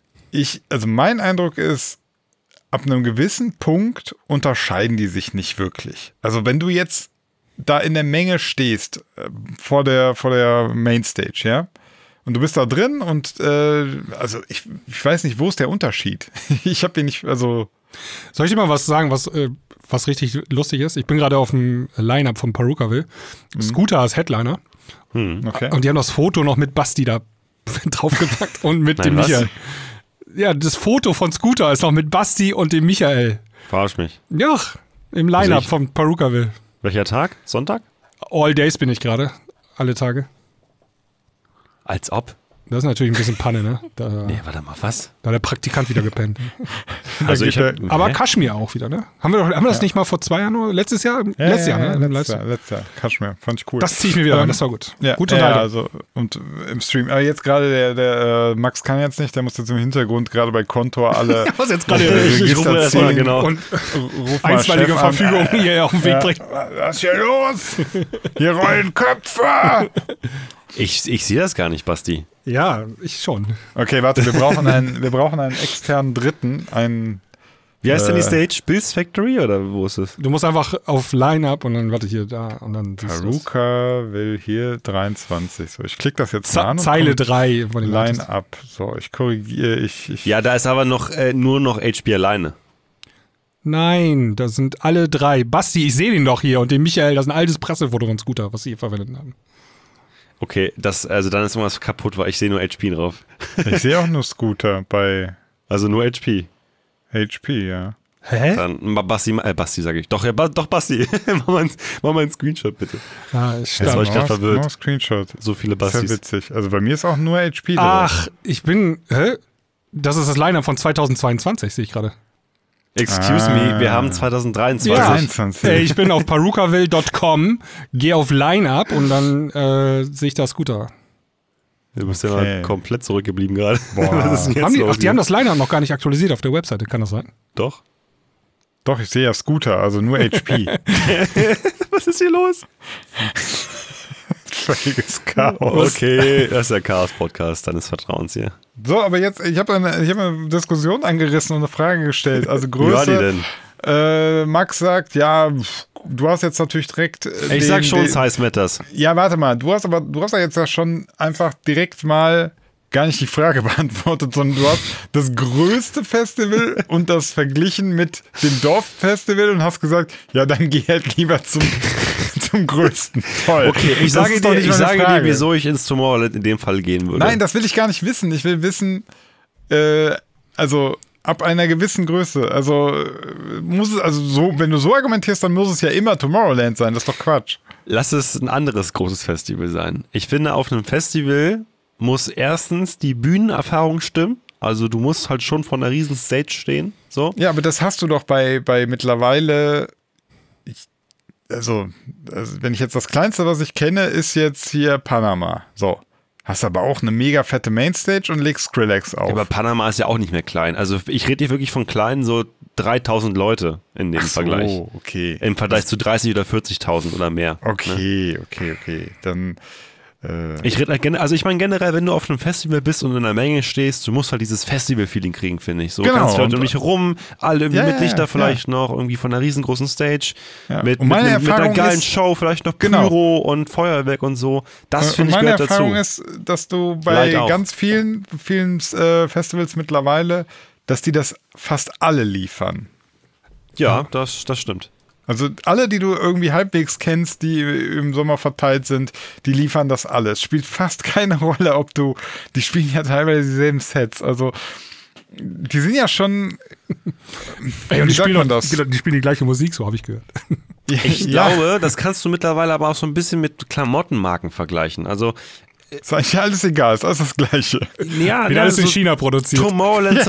mein Eindruck ist, ab einem gewissen Punkt unterscheiden die sich nicht wirklich. Also wenn du jetzt da in der Menge stehst, vor der Mainstage, ja, und du bist da drin und ich weiß nicht, wo ist der Unterschied? Ich habe den nicht, Soll ich dir mal was sagen, was richtig lustig ist? Ich bin gerade auf dem Line-Up von Perukaville. Scooter als Headliner. Okay. Und die haben das Foto noch mit Basti da draufgepackt und mit dem Michael. Ja, das Foto von Scooter ist noch mit Basti und dem Michael. Verarsch mich. Ja, im Line-Up von Perukaville. Welcher Tag? Sonntag? All Days bin ich gerade. Alle Tage. Als ob. Das ist natürlich ein bisschen Panne, ne? Nee, warte mal, was? Da hat der Praktikant wieder gepennt. Also aber Kaschmir auch wieder, ne? Haben wir das nicht mal vor 2 Jahren oder letztes Jahr? Letztes Jahr, ne? Letztes Jahr. Kaschmir, fand ich cool. Das ziehe ich mir wieder rein, das war gut. Ja, Gute Unterhaltung. Also, und im Stream. Aber jetzt gerade der Max kann jetzt nicht, der muss jetzt im Hintergrund gerade bei Kontor alle. Was jetzt gerade? Ich rufe das mal, genau. Und einstweilige Verfügung hier auf den Weg bringen. Was ist hier los? Hier rollen Köpfe! Ich sehe das gar nicht, Basti. Ja, ich schon. Okay, warte, wir brauchen einen externen Dritten, Wie heißt denn die Stage? Bill's Factory oder wo ist es? Du musst einfach auf Line-Up und dann, warte, hier, da und dann Perukaville hier 23. So, ich klicke das jetzt mal an. Zeile 3 von dem Line-Up. So, ich korrigiere, Ja, da ist aber nur noch HP alleine. Nein, das sind alle 3. Basti, ich sehe den doch hier und den Michael, das ist ein altes Pressefoto von Scooter, was sie hier verwendet haben. Okay, dann ist irgendwas kaputt, weil ich sehe nur HP drauf. Ich sehe auch nur Scooter bei. Also nur HP. HP, ja. Hä? Dann Basti sage ich. Doch, Basti. mach mal einen Screenshot, bitte. Jetzt war ich gerade verwirrt. Nur Screenshot. So viele Bastis. Das ist ja witzig. Also bei mir ist auch nur HP drin. Ach, das ist das Line-Up von 2022, sehe ich gerade. Excuse me, wir haben 2023. Ja. Ich bin auf perukaville.com, gehe auf Line-Up und dann sehe ich da Scooter. Du bist ja mal komplett zurückgeblieben gerade. Was ist denn jetzt die haben das Line-Up noch gar nicht aktualisiert auf der Webseite, kann das sein? Doch. Doch, ich sehe ja Scooter, also nur HP. Was ist hier los? Völliges Chaos. Okay, das ist der Chaos-Podcast deines Vertrauens hier. So, aber jetzt, ich habe eine Diskussion angerissen und eine Frage gestellt. Also Größe. Wie war die denn? Max sagt, ja, du hast jetzt natürlich direkt. Ich sag schon, Size Matters. Ja, warte mal, du hast ja jetzt ja schon einfach direkt mal gar nicht die Frage beantwortet, sondern du hast das größte Festival und das verglichen mit dem Dorffestival und hast gesagt, ja, dann geh halt lieber zum größten. Toll. Okay, ich sage dir, wieso ich ins Tomorrowland in dem Fall gehen würde. Nein, das will ich gar nicht wissen. Ich will wissen, also ab einer gewissen Größe. Also muss es, wenn du so argumentierst, dann muss es ja immer Tomorrowland sein. Das ist doch Quatsch. Lass es ein anderes großes Festival sein. Ich finde, auf einem Festival muss erstens die Bühnenerfahrung stimmen. Also du musst halt schon von einer riesen Stage stehen. So. Ja, aber das hast du doch bei mittlerweile, also wenn ich jetzt das Kleinste, was ich kenne, ist jetzt hier Panama. So. Hast aber auch eine mega fette Mainstage und legst Skrillex auf. Ja, aber Panama ist ja auch nicht mehr klein. Also ich rede hier wirklich von kleinen, so 3.000 Leute in dem Vergleich. Oh, okay. Im Vergleich zu 30.000 oder 40.000 oder mehr. Okay, ne? Okay. Dann ich meine generell, wenn du auf einem Festival bist und in einer Menge stehst, du musst halt dieses Festival-Feeling kriegen, finde ich. So genau. ganz Leute um dich rum, alle irgendwie mit Lichter vielleicht noch, irgendwie von einer riesengroßen Stage, mit einer geilen Show, vielleicht noch Pyro und Feuerwerk und so. Das finde ich gehört dazu. Meine Erfahrung ist, dass du bei ganz vielen Festivals mittlerweile, dass die das fast alle liefern. Ja, das stimmt. Also alle, die du irgendwie halbwegs kennst, die im Sommer verteilt sind, die liefern das alles. Spielt fast keine Rolle, die spielen ja teilweise dieselben Sets. Also die sind ja schon, die spielen die gleiche Musik, so habe ich gehört. Ich glaube, das kannst du mittlerweile aber auch so ein bisschen mit Klamottenmarken vergleichen. Also ist eigentlich alles egal, ist alles das Gleiche. Ja, wird alles in China produziert. Tomorrowland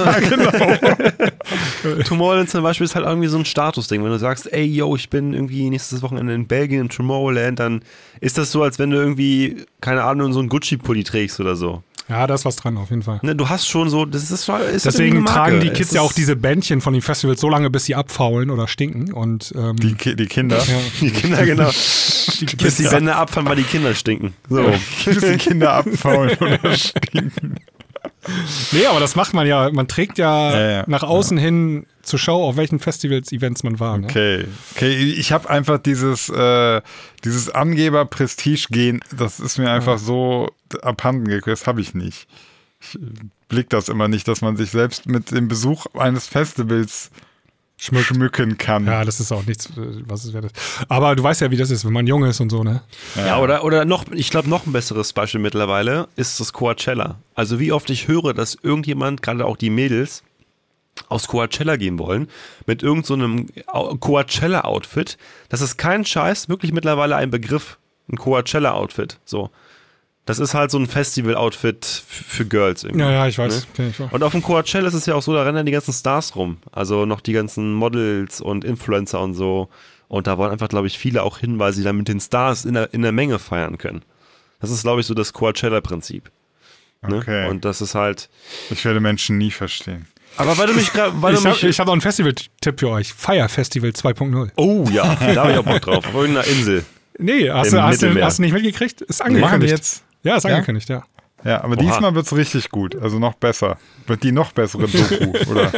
zum Beispiel ist halt irgendwie so ein Statusding. Wenn du sagst, ey, yo, ich bin irgendwie nächstes Wochenende in Belgien im Tomorrowland, dann ist das so, als wenn du irgendwie, keine Ahnung, so einen Gucci-Pulli trägst oder so. Ja, da ist was dran, auf jeden Fall. Ne, du hast schon so, deswegen tragen die Kids ja auch diese Bändchen von den Festivals so lange, bis sie abfaulen oder stinken. Und, die Kinder. Ja. Die Kinder, genau. Bis die Bänder abfallen, weil die Kinder stinken. So. Bis die Kinder abfaulen oder stinken. Nee, aber das macht man ja. Man trägt ja nach außen hin zur Show, auf welchen Festivals, Events man war. Ne? Okay, ich habe einfach dieses Angeber-Prestige-Gehen, das ist mir einfach so abhanden gekommen, das habe ich nicht. Ich blick das immer nicht, dass man sich selbst mit dem Besuch eines Festivals schmücken kann. Ja, das ist auch nichts, was es wert ist. Aber du weißt ja, wie das ist, wenn man jung ist und so, ne? Ja, oder noch, ich glaube, noch ein besseres Beispiel mittlerweile ist das Coachella. Also wie oft ich höre, dass irgendjemand, gerade auch die Mädels, aus Coachella gehen wollen, mit irgendeinem Coachella-Outfit. Das ist kein Scheiß, wirklich mittlerweile ein Begriff, ein Coachella-Outfit. So. Das ist halt so ein Festival-Outfit für Girls irgendwie. Ja, ich weiß. Ne? Und auf dem Coachella ist es ja auch so, da rennen die ganzen Stars rum. Also noch die ganzen Models und Influencer und so. Und da wollen einfach, glaube ich, viele auch hin, weil sie dann mit den Stars in der Menge feiern können. Das ist, glaube ich, so das Coachella-Prinzip. Ne? Okay. Und das ist halt... Ich werde Menschen nie verstehen. Aber weil du mich gerade... Ich habe auch einen Festival-Tipp für euch. Fire Festival 2.0. Oh ja, da habe ich auch Bock drauf. Auf irgendeiner Insel. Nee, hast du nicht mitgekriegt? Ist angekündigt. Machen wir jetzt? Ja, ist angekündigt, ja. Ja, aber diesmal wird es richtig gut. Also noch besser. Wird die noch bessere Doku, oder?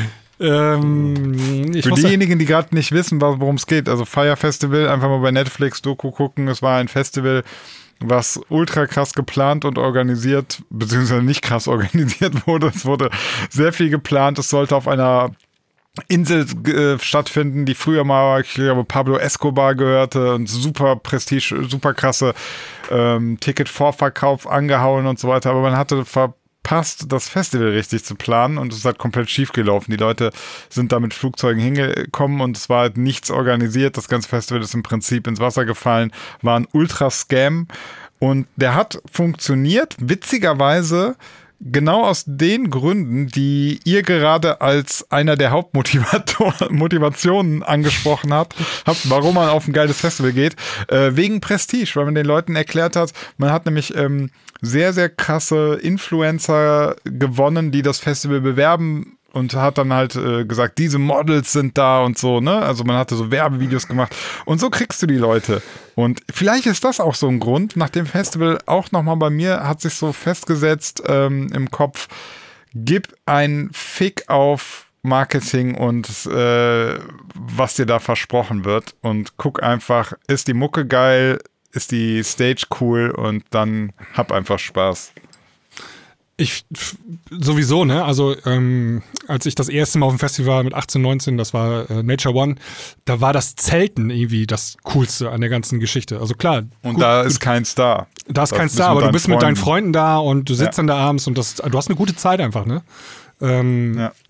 Für diejenigen, die gerade nicht wissen, worum es geht. Also Fire Festival, einfach mal bei Netflix Doku gucken. Es war ein Festival, was ultra krass geplant und organisiert, beziehungsweise nicht krass organisiert wurde. Es wurde sehr viel geplant. Es sollte auf einer Insel stattfinden, die früher mal, ich glaube, Pablo Escobar gehörte und super Prestige, super krasse Ticket-Vorverkauf angehauen und so weiter. Aber man hatte verpasst, das Festival richtig zu planen und es ist halt komplett schief gelaufen. Die Leute sind da mit Flugzeugen hingekommen und es war halt nichts organisiert. Das ganze Festival ist im Prinzip ins Wasser gefallen, war ein Ultra-Scam und der hat funktioniert, witzigerweise genau aus den Gründen, die ihr gerade als einer der Hauptmotivationen angesprochen habt, warum man auf ein geiles Festival geht, wegen Prestige, weil man den Leuten erklärt hat, man hat nämlich sehr, sehr krasse Influencer gewonnen, die das Festival bewerben und hat dann halt gesagt, diese Models sind da und so, ne? Also man hatte so Werbevideos gemacht und so kriegst du die Leute. Und vielleicht ist das auch so ein Grund, nach dem Festival auch nochmal bei mir hat sich so festgesetzt im Kopf, gib einen Fick auf Marketing und was dir da versprochen wird und guck einfach, ist die Mucke geil, ist die Stage cool und dann hab einfach Spaß. Ich sowieso, ne? Also als ich das erste Mal auf dem Festival war mit 18, 19, das war Nature One, da war das Zelten irgendwie das Coolste an der ganzen Geschichte. Also klar. Und gut, da ist kein Star. Da ist kein Star, aber du bist mit deinen Freunden da und du sitzt dann da abends und du hast eine gute Zeit einfach, ne?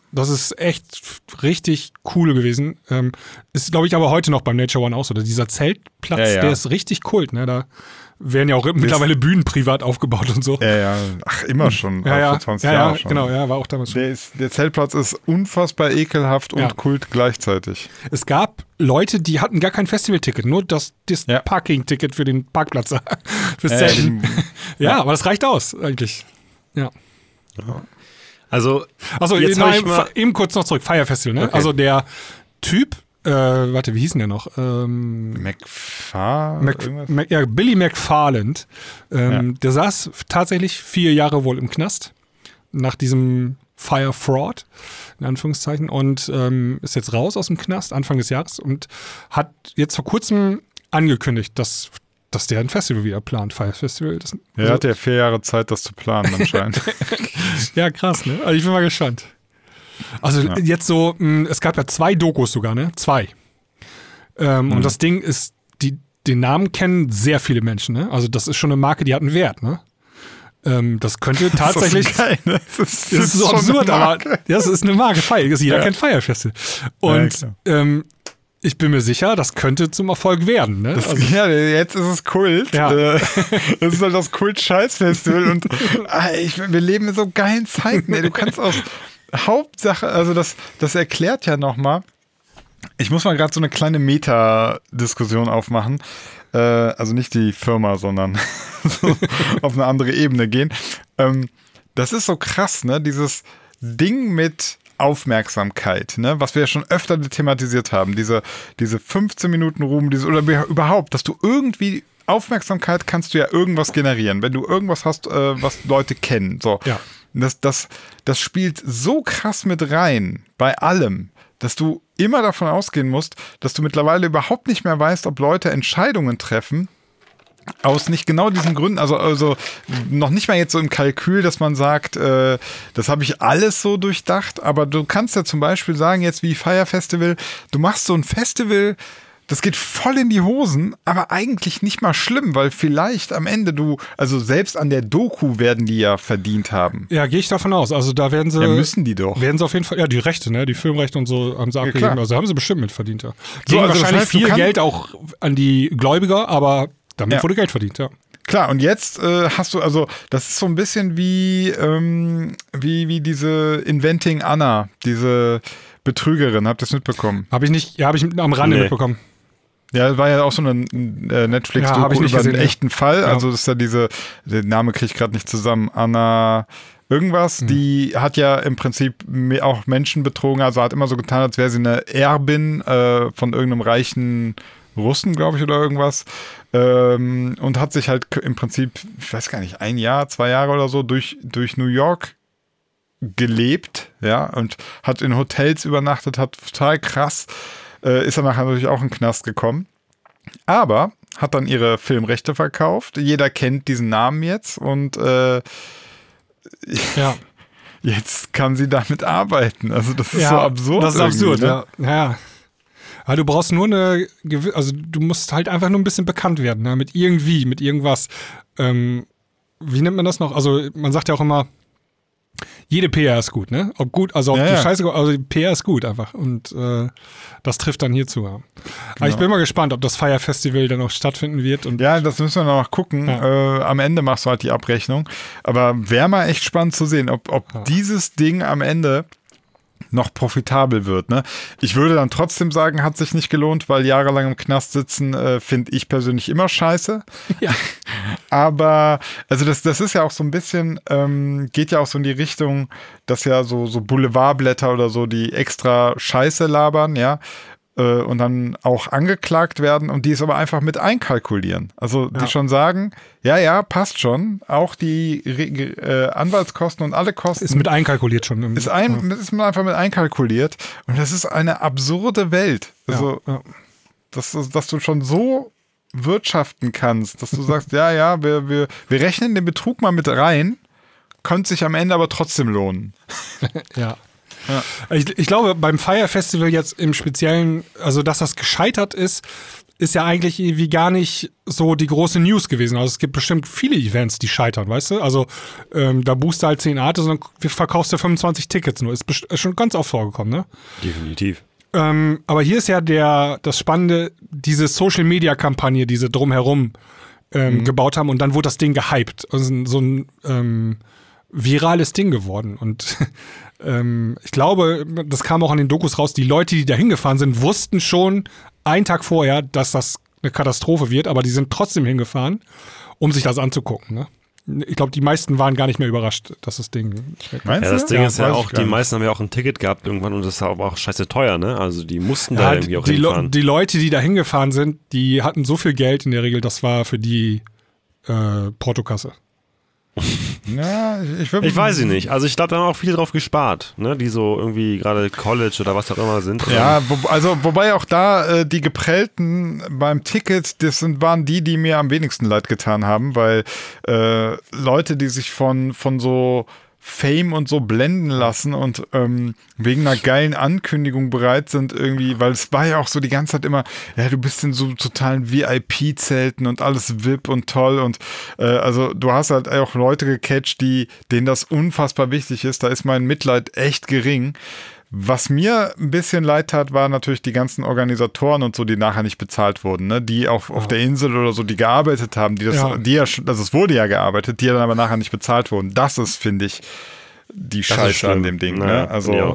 Das ist echt richtig cool gewesen. Ist, glaube ich, aber heute noch beim Nature One auch so. Dieser Zeltplatz, der ist richtig Kult. Ne? Da werden ja auch mittlerweile Bühnen privat aufgebaut und so. Ja. Ach, immer schon. Vor 20 Jahren schon. Genau, war auch damals schon. Der Zeltplatz ist unfassbar ekelhaft und Kult gleichzeitig. Es gab Leute, die hatten gar kein Festivalticket, nur das Parking-Ticket für den Parkplatz. Fürs Zelten. Aber das reicht aus, eigentlich. Ja. Also jetzt eben kurz noch zurück, Fire Festival, ne? Okay. Also der Typ, wie hieß denn der noch? Billy McFarland. Der saß tatsächlich 4 Jahre wohl im Knast nach diesem Fire Fraud, in Anführungszeichen, und ist jetzt raus aus dem Knast Anfang des Jahres und hat jetzt vor kurzem angekündigt, dass der ein Festival wieder plant, Fire Festival. Er hat ja 4 Jahre Zeit, das zu planen anscheinend. Ja, krass, ne? Also ich bin mal gespannt. Also jetzt so, es gab ja 2 Dokus sogar, ne? 2. Und das Ding ist, den Namen kennen sehr viele Menschen, ne? Also das ist schon eine Marke, die hat einen Wert, ne? Das könnte tatsächlich. Das ist geil, ne? Das ist so absurd, aber das ist eine Marke. Jeder kennt Fire Festival. Und ich bin mir sicher, das könnte zum Erfolg werden. Ne? Jetzt ist es Kult. Ja. Das ist halt das Kult-Scheiß-Festival. Und wir leben in so geilen Zeiten. Ey. Du kannst aus Hauptsache, also das erklärt ja nochmal. Ich muss mal gerade so eine kleine Meta-Diskussion aufmachen. Also nicht die Firma, sondern so auf eine andere Ebene gehen. Das ist so krass, ne? Dieses Ding mit Aufmerksamkeit, ne? Was wir ja schon öfter thematisiert haben, diese 15 Minuten Ruhm, oder überhaupt, dass du irgendwie Aufmerksamkeit kannst du ja irgendwas generieren, wenn du irgendwas hast, was Leute kennen. So. Ja. Das spielt so krass mit rein bei allem, dass du immer davon ausgehen musst, dass du mittlerweile überhaupt nicht mehr weißt, ob Leute Entscheidungen treffen, aus nicht genau diesen Gründen, also noch nicht mal jetzt so im Kalkül, dass man sagt, das habe ich alles so durchdacht, aber du kannst ja zum Beispiel sagen, jetzt wie Fire Festival, du machst so ein Festival, das geht voll in die Hosen, aber eigentlich nicht mal schlimm, weil vielleicht am Ende selbst an der Doku werden die ja verdient haben. Ja, gehe ich davon aus. Also da werden sie. Ja, müssen die doch. Werden sie auf jeden Fall, die Rechte, ne, die Filmrechte und so haben sie abgegeben. Also haben sie bestimmt mit verdient, ja. Gegen wahrscheinlich viel Geld auch an die Gläubiger, aber damit wurde Geld verdient, ja. Klar, und jetzt hast du, das ist so ein bisschen wie diese Inventing Anna, diese Betrügerin. Habt ihr das mitbekommen? Habe ich am Rande mitbekommen. Ja, war ja auch so eine Netflix-Doku über einen echten Fall. Ja. Also das ist ja der Name kriege ich gerade nicht zusammen. Anna irgendwas, die hat ja im Prinzip auch Menschen betrogen, also hat immer so getan, als wäre sie eine Erbin von irgendeinem reichen Russen, glaube ich, oder irgendwas. Und hat sich halt im Prinzip, ich weiß gar nicht, 1 Jahr, 2 Jahre oder so durch New York gelebt, ja, und hat in Hotels übernachtet, hat total krass, ist dann nachher natürlich auch in den Knast gekommen. Aber hat dann ihre Filmrechte verkauft. Jeder kennt diesen Namen jetzt und jetzt kann sie damit arbeiten. Also das ist so absurd. Das ist absurd, ne? Ja. Aber du brauchst nur du musst halt einfach nur ein bisschen bekannt werden, ne? Mit irgendwas. Wie nennt man das noch? Also man sagt ja auch immer, jede PR ist gut, ne? Ob gut, also ob die Scheiße, also die PR ist gut einfach. Und das trifft dann hierzu. Ja. Aber ich bin mal gespannt, ob das Fire Festival dann auch stattfinden wird. Und ja, das müssen wir noch gucken. Ja. Am Ende machst du halt die Abrechnung. Aber wäre mal echt spannend zu sehen, ob dieses Ding am Ende noch profitabel wird. Ne? Ich würde dann trotzdem sagen, hat sich nicht gelohnt, weil jahrelang im Knast sitzen, finde ich persönlich immer scheiße. Ja. Aber also das ist ja auch so ein bisschen, geht ja auch so in die Richtung, dass ja so Boulevardblätter oder so, die extra Scheiße labern, ja, und dann auch angeklagt werden und die es aber einfach mit einkalkulieren. Also die schon sagen, ja, passt schon, auch die Anwaltskosten und alle Kosten. Ist mit einkalkuliert schon. Ist einfach mit einkalkuliert und das ist eine absurde Welt. Also, dass du schon so wirtschaften kannst, dass du sagst, wir rechnen den Betrug mal mit rein, könnte sich am Ende aber trotzdem lohnen. Ja. Ich glaube, beim Fire Festival jetzt im Speziellen, also dass das gescheitert ist, ist ja eigentlich irgendwie gar nicht so die große News gewesen. Also es gibt bestimmt viele Events, die scheitern, weißt du? Also da buchst du halt 10 Artists und dann verkaufst du 25 Tickets nur. Ist schon ganz oft vorgekommen, ne? Definitiv. Aber hier ist ja das Spannende, diese Social-Media-Kampagne, die sie drumherum gebaut haben und dann wurde das Ding gehypt. Also so ein virales Ding geworden. Und ich glaube, das kam auch an den Dokus raus, die Leute, die da hingefahren sind, wussten schon einen Tag vorher, dass das eine Katastrophe wird, aber die sind trotzdem hingefahren, um sich das anzugucken. Ne? Ich glaube, die meisten waren gar nicht mehr überrascht, dass das Ding... Meinst du? Das Ding ist ja auch, die meisten haben ja auch ein Ticket gehabt irgendwann und das ist aber auch scheiße teuer, ne? Also die mussten da irgendwie auch hinfahren. Die Leute, die da hingefahren sind, die hatten so viel Geld in der Regel, das war für die Portokasse. Ja, ich weiß nicht. Also ich glaube, da haben auch viele drauf gespart, ne? Die so irgendwie gerade College oder was auch immer sind. Ja, wobei auch da die Geprellten beim Ticket, waren die mir am wenigsten leid getan haben, weil Leute, die sich von so Fame und so blenden lassen und wegen einer geilen Ankündigung bereit sind irgendwie, weil es war ja auch so die ganze Zeit immer, ja, du bist in so totalen VIP-Zelten und alles VIP und toll und also du hast halt auch Leute gecatcht, denen das unfassbar wichtig ist, da ist mein Mitleid echt gering. Was mir ein bisschen leid tat, waren natürlich die ganzen Organisatoren und so, die nachher nicht bezahlt wurden, ne? Die auch auf der Insel oder so, die gearbeitet haben, es wurde ja gearbeitet, die dann aber nachher nicht bezahlt wurden. Das ist, finde ich, die Scheiße an dem Ding. Ne? Also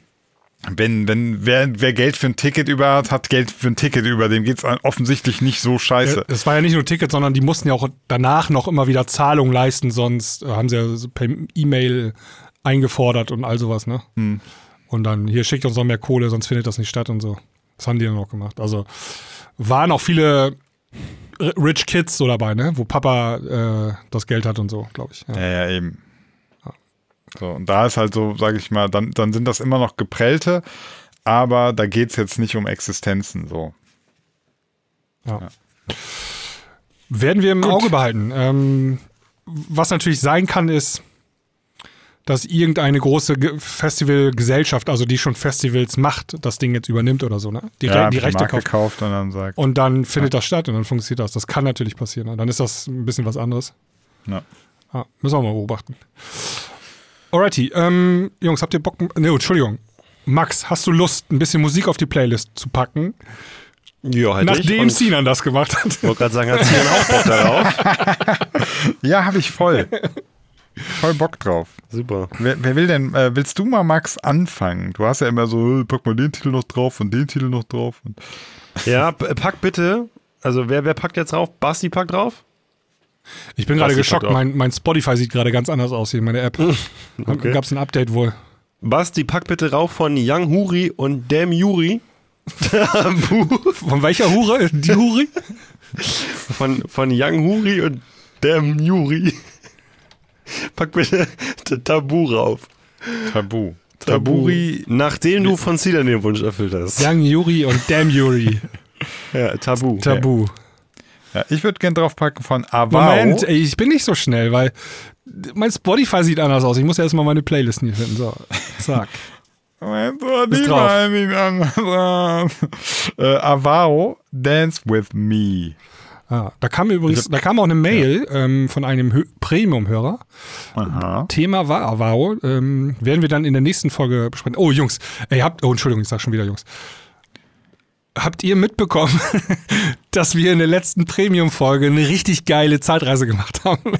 wer Geld für ein Ticket über hat Geld für ein Ticket über, dem geht's offensichtlich nicht so scheiße. Es war ja nicht nur Ticket, sondern die mussten ja auch danach noch immer wieder Zahlungen leisten, sonst haben sie ja so per E-Mail eingefordert und all sowas, ne? Und dann, hier schickt uns noch mehr Kohle, sonst findet das nicht statt und so. Das haben die dann auch gemacht. Also waren auch viele Rich Kids so dabei, ne? Wo Papa das Geld hat und so, glaube ich. Ja, eben. Ja. So, und da ist halt so, sage ich mal, dann sind das immer noch Geprellte, aber da geht es jetzt nicht um Existenzen so. Ja. Werden wir im Auge behalten. Was natürlich sein kann, ist, dass irgendeine große Festivalgesellschaft, also die schon Festivals macht, das Ding jetzt übernimmt oder so, ne? Die Rechte kauft und dann sagt. Und dann findet das statt und dann funktioniert das. Das kann natürlich passieren. Ne? Dann ist das ein bisschen was anderes. Ja. Müssen wir mal beobachten. Alrighty. Jungs, habt ihr Bock? Ne, Entschuldigung. Max, hast du Lust, ein bisschen Musik auf die Playlist zu packen? Ja, halt nachdem Sinan das gemacht hat. Ich wollte gerade sagen, hat Sinan auch Bock darauf? Ja, habe ich voll. Voll Bock drauf. Super. Wer will denn, willst du mal, Max, anfangen? Du hast ja immer so, pack mal den Titel noch drauf und den Titel noch drauf. Ja, pack bitte. Also wer packt jetzt drauf? Basti packt drauf? Ich bin gerade geschockt. Mein Spotify sieht gerade ganz anders aus hier, meine App. Okay. Gab es ein Update wohl. Basti, pack bitte rauf von Young Huri und Damn Yuri. Von welcher Hure? Die Huri? Von Young Huri und Damn Yuri. Pack bitte Tabu rauf. Tabu. Taburi. Nachdem du von Sinan den Wunsch erfüllt hast. Young Yuri und Damn Yuri. Ja, Tabu. Tabu. Ja, ich würde gerne draufpacken von Avao. Moment, ey, ich bin nicht so schnell, weil mein Spotify sieht anders aus. Ich muss ja erstmal meine Playlisten hier finden. So, zack. Mein Spotify sieht anders aus. Avao, Dance With Me. Da kam auch eine Mail von einem Premium-Hörer. Thema war Avao. Werden wir dann in der nächsten Folge besprechen. Oh, Jungs, Entschuldigung, ich sag schon wieder Jungs. Habt ihr mitbekommen, dass wir in der letzten Premium-Folge eine richtig geile Zeitreise gemacht haben?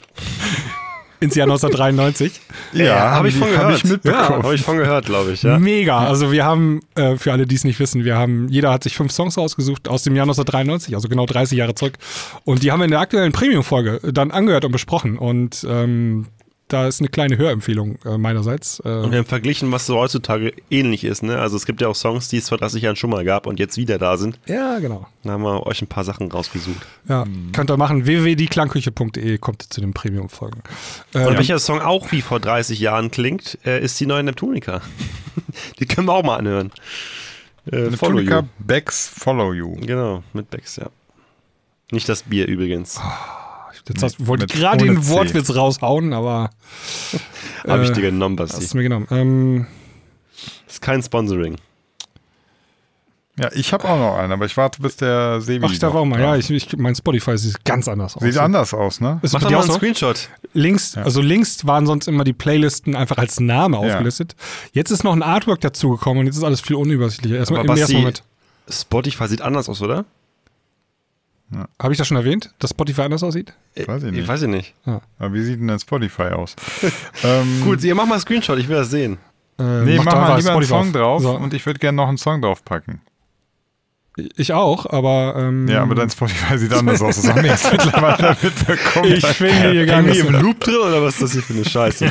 Ins Jahr 1993. Ja, habe ich von gehört. Habe ich von gehört, glaube ich. Ja. Mega. Also wir haben, für alle, die es nicht wissen, jeder hat sich 5 Songs rausgesucht aus dem Jahr 1993, also genau 30 Jahre zurück. Und die haben wir in der aktuellen Premium-Folge dann angehört und besprochen. Und da ist eine kleine Hörempfehlung meinerseits. Und wir haben verglichen, was so heutzutage ähnlich ist. Ne? Also es gibt ja auch Songs, die es vor 30 Jahren schon mal gab und jetzt wieder da sind. Ja, genau. Da haben wir euch ein paar Sachen rausgesucht. Ja, könnt ihr machen. www.dieklangküche.de kommt ihr zu den Premium-Folgen. Und welcher Song auch wie vor 30 Jahren klingt, ist die neue Neptunica. Die können wir auch mal anhören. Neptunica, Becks, Follow You. Genau, mit Becks, ja. Nicht das Bier übrigens. Jetzt wollte ich gerade den Wortwitz raushauen, aber habe ich dir genommen, Basti. Hast du mir genommen. Ist kein Sponsoring. Ja, ich habe auch noch einen, aber ich warte, bis der Sebi. Ach, ich darf auch mal. Ja, mein Spotify sieht ganz anders aus. Sieht anders aus, ne? Mach doch mal einen Screenshot. Links waren sonst immer die Playlisten einfach als Name aufgelistet. Jetzt ist noch ein Artwork dazugekommen und jetzt ist alles viel unübersichtlicher. Erstmal im ersten Moment. Spotify sieht anders aus, oder? Ja. Habe ich das schon erwähnt, dass Spotify anders aussieht? Weiß ich nicht. Ja. Aber wie sieht denn Spotify aus? Gut, ihr macht mal einen Screenshot, ich will das sehen. Nee, mach mal lieber einen Song drauf und ich würde gerne noch einen Song drauf packen. Ich auch, aber... ja, aber dein Spotify sieht anders aus. Das haben wir jetzt mittlerweile mitbekommen. Ich finde hier gar nicht im Loop drin oder was ist das hier für eine Scheiße?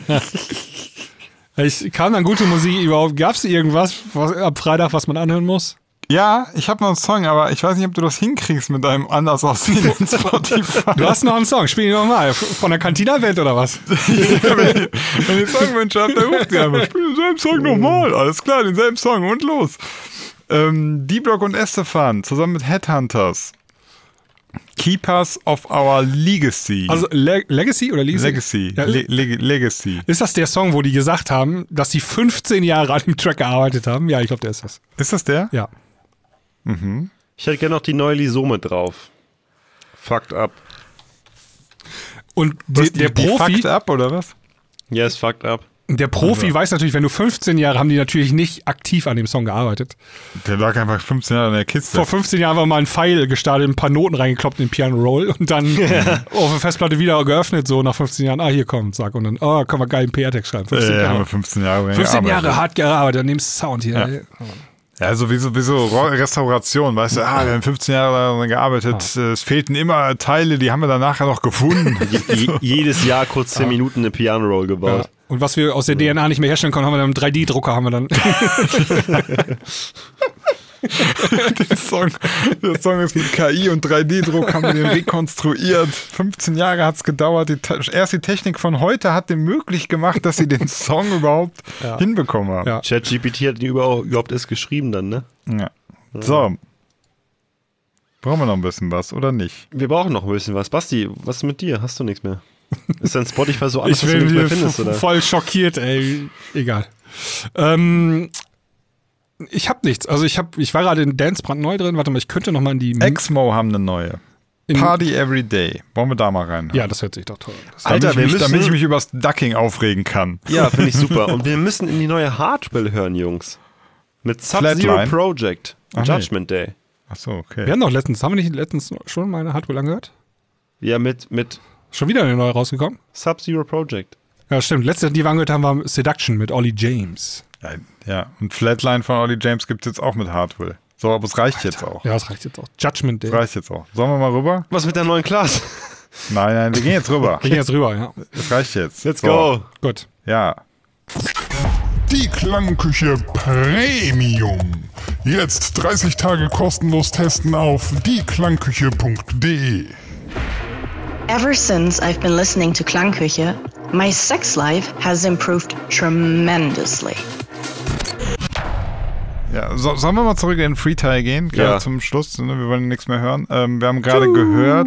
Kam dann gute Musik überhaupt? Gab es irgendwas am Freitag, was man anhören muss? Ja, ich habe noch einen Song, aber ich weiß nicht, ob du das hinkriegst mit deinem anders aussehenden Spotify. Du hast noch einen Song, spiel ihn nochmal. Von der Cantina-Welt oder was? Wenn ihr Songwünsche habt, dann ruft ihr einfach. Spiel denselben Song nochmal. Alles klar, denselben Song und los. D-Block und Estefan zusammen mit Headhunters. Keepers of Our Legacy. Also Legacy oder Legacy? Legacy. Ja, Legacy. Ist das der Song, wo die gesagt haben, dass sie 15 Jahre an dem Track gearbeitet haben? Ja, ich glaube, der ist das. Ist das der? Ja. Mhm. Ich hätte gerne noch die neue Lisome drauf. Fucked up. Und der Profi... Fucked up, oder was? Yes, fucked up. Der Profi weiß natürlich, wenn du 15 Jahre, haben die natürlich nicht aktiv an dem Song gearbeitet. Der lag einfach 15 Jahre in der Kiste. Vor 15 Jahren war mal ein Pfeil gestartet, ein paar Noten reingekloppt in den Piano Roll und dann auf der Festplatte wieder geöffnet, so nach 15 Jahren, hier kommt, zack, und dann, können wir geil einen PR-Text schreiben. 15 haben wir 15 Jahre 15 Jahre hart gearbeitet an dem Sound hier. Ja. Ja, sowieso Restauration, weißt du, wir haben 15 Jahre daran gearbeitet, es fehlten immer Teile, die haben wir dann nachher noch gefunden. Jedes Jahr kurz 10 Minuten eine Piano Roll gebaut. Ja. Und was wir aus der DNA nicht mehr herstellen konnten, haben wir dann einen 3D-Drucker, haben wir dann. Der Song ist mit KI und 3D-Druck, haben wir den rekonstruiert. 15 Jahre hat es gedauert. Erst die Technik von heute hat dem möglich gemacht, dass sie den Song überhaupt hinbekommen haben. Ja. ChatGPT hat ihn überhaupt erst geschrieben dann, ne? Ja. So. Brauchen wir noch ein bisschen was, oder nicht? Wir brauchen noch ein bisschen was. Basti, was ist mit dir? Hast du nichts mehr? Ist dein Spotify so anders, dass du nichts mehr findest, oder? Voll schockiert, ey. Egal. Ich hab nichts. Also ich war gerade in Dance brandneu drin. Warte mal, ich könnte noch mal in die... Exmo haben eine neue. Party Every Day. Wollen wir da mal rein? Ja, das hört sich doch toll an. Alter, damit ich mich übers Ducking aufregen kann. Ja, finde ich super. Und wir müssen in die neue Hardwell hören, Jungs. Mit Sub-Zero Project. Judgment Day. Achso, okay. Wir haben wir nicht letztens schon mal eine Hardwell angehört? Ja, mit schon wieder eine neue rausgekommen? Sub-Zero Project. Ja, stimmt. Letzte, die wir angehört haben, war Seduction mit Ollie James. Ja, und Flatline von Ollie James gibt es jetzt auch mit Hardwell. So, aber es reicht jetzt auch. Ja, es reicht jetzt auch. Judgment Day. Es reicht jetzt auch. Sollen wir mal rüber? Was mit der neuen Class? Nein, wir gehen jetzt rüber. Ja. Es reicht jetzt. Let's go. Gut. Ja. Die Klangküche Premium. Jetzt 30 Tage kostenlos testen auf dieklangküche.de. Ever since I've been listening to Klangküche, my sex life has improved tremendously. Ja, sollen wir mal zurück in den Freetile gehen? Gerade zum Schluss, wir wollen nichts mehr hören. Wir haben gerade gehört,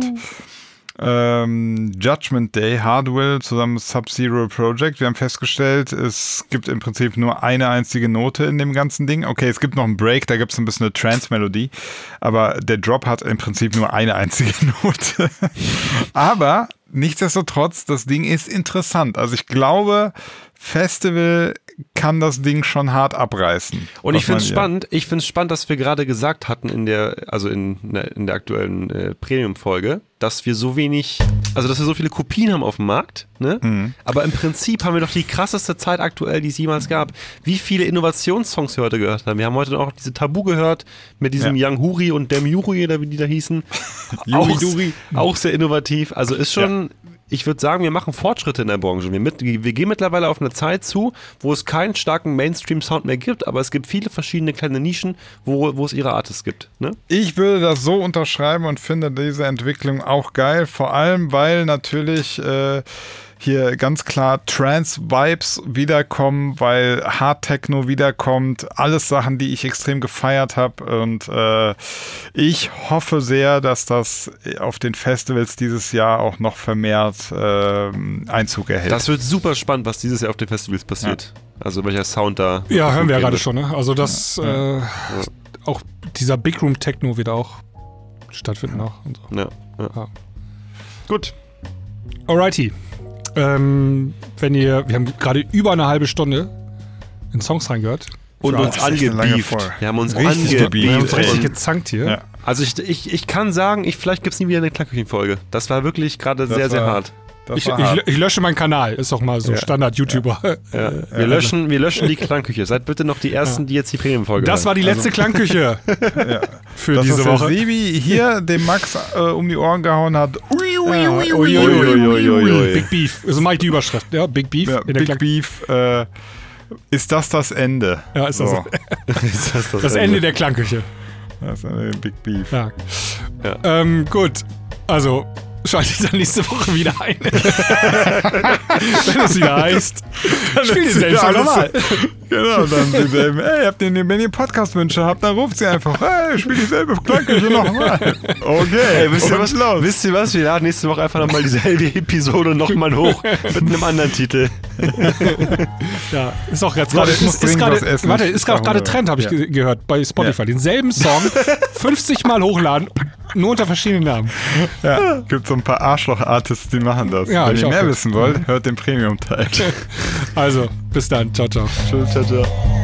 Judgment Day, Hardwell zusammen mit Sub-Zero Project. Wir haben festgestellt, es gibt im Prinzip nur eine einzige Note in dem ganzen Ding. Okay, es gibt noch einen Break, da gibt es ein bisschen eine Trance-Melodie, aber der Drop hat im Prinzip nur eine einzige Note. Aber nichtsdestotrotz, das Ding ist interessant. Also ich glaube, Festival kann das Ding schon hart abreißen. Und ich finde es spannend, dass wir gerade gesagt hatten in der aktuellen Premium-Folge, dass wir so viele Kopien haben auf dem Markt, ne? Mhm. Aber im Prinzip haben wir doch die krasseste Zeit aktuell, die es jemals gab. Wie viele Innovationssongs wir heute gehört haben. Wir haben heute auch diese Tabu gehört mit diesem Young Huri und Dem Yuri, oder wie die da hießen. Auch sehr innovativ. Also ist schon... Ich würde sagen, wir machen Fortschritte in der Branche. Wir gehen mittlerweile auf eine Zeit zu, wo es keinen starken Mainstream-Sound mehr gibt, aber es gibt viele verschiedene kleine Nischen, wo es ihre Artists gibt. Ne? Ich würde das so unterschreiben und finde diese Entwicklung auch geil, vor allem, weil natürlich hier ganz klar Trance-Vibes wiederkommen, weil Hard-Techno wiederkommt, alles Sachen, die ich extrem gefeiert habe, und ich hoffe sehr, dass das auf den Festivals dieses Jahr auch noch vermehrt Einzug erhält. Das wird super spannend, was dieses Jahr auf den Festivals passiert. Ja. Also welcher Sound da... Ja, hören wir ja gerade schon, ne? Also das... Auch dieser Big Room Techno wird auch stattfinden noch. Und so. Ja. Gut. Alrighty. Wir haben gerade über eine halbe Stunde in Songs reingehört. Und uns angebieft. Wir haben uns angebieft. Wir haben uns richtig gezankt hier. Ja. Also ich kann sagen, vielleicht gibt es nie wieder eine Klangküchenfolge. Das war wirklich gerade sehr, sehr hart. Ich lösche meinen Kanal, ist doch mal so Standard-YouTuber. Ja. Wir löschen die Klangküche. Seid bitte noch die Ersten, die jetzt die Premium-Folge Das war die letzte Klangküche für diese Woche. Das Sebi hier dem Max um die Ohren gehauen hat. Big Beef. Also mache ich die Überschrift. Ja, Big Beef. Ja, Big Beef. Ist das Ende? Ja, ist das Ende der Klangküche. Das ist eine Big Beef. Ja. Gut. Also schaltet dann nächste Woche wieder ein. Wenn es wieder heißt, spiel den selbst nochmal. Genau, dann dieselben. Ey, wenn ihr Podcast-Wünsche habt, dann ruft sie einfach. Hey, spiel dieselbe Klangküche nochmal. Okay, ey, wisst ihr was? Wir laden nächste Woche einfach nochmal dieselbe Episode nochmal hoch mit einem anderen Titel. Ja, ist auch jetzt gerade. Ist gerade Trend, habe ich gehört bei Spotify. Denselben Song 50 Mal hochladen. Nur unter verschiedenen Namen. Ja, gibt so ein paar Arschloch-Artists, die machen das. Ja, wenn ihr mehr wissen wollt, hört den Premium-Teil. Also, bis dann. Ciao, ciao. Tschüss, ciao, ciao.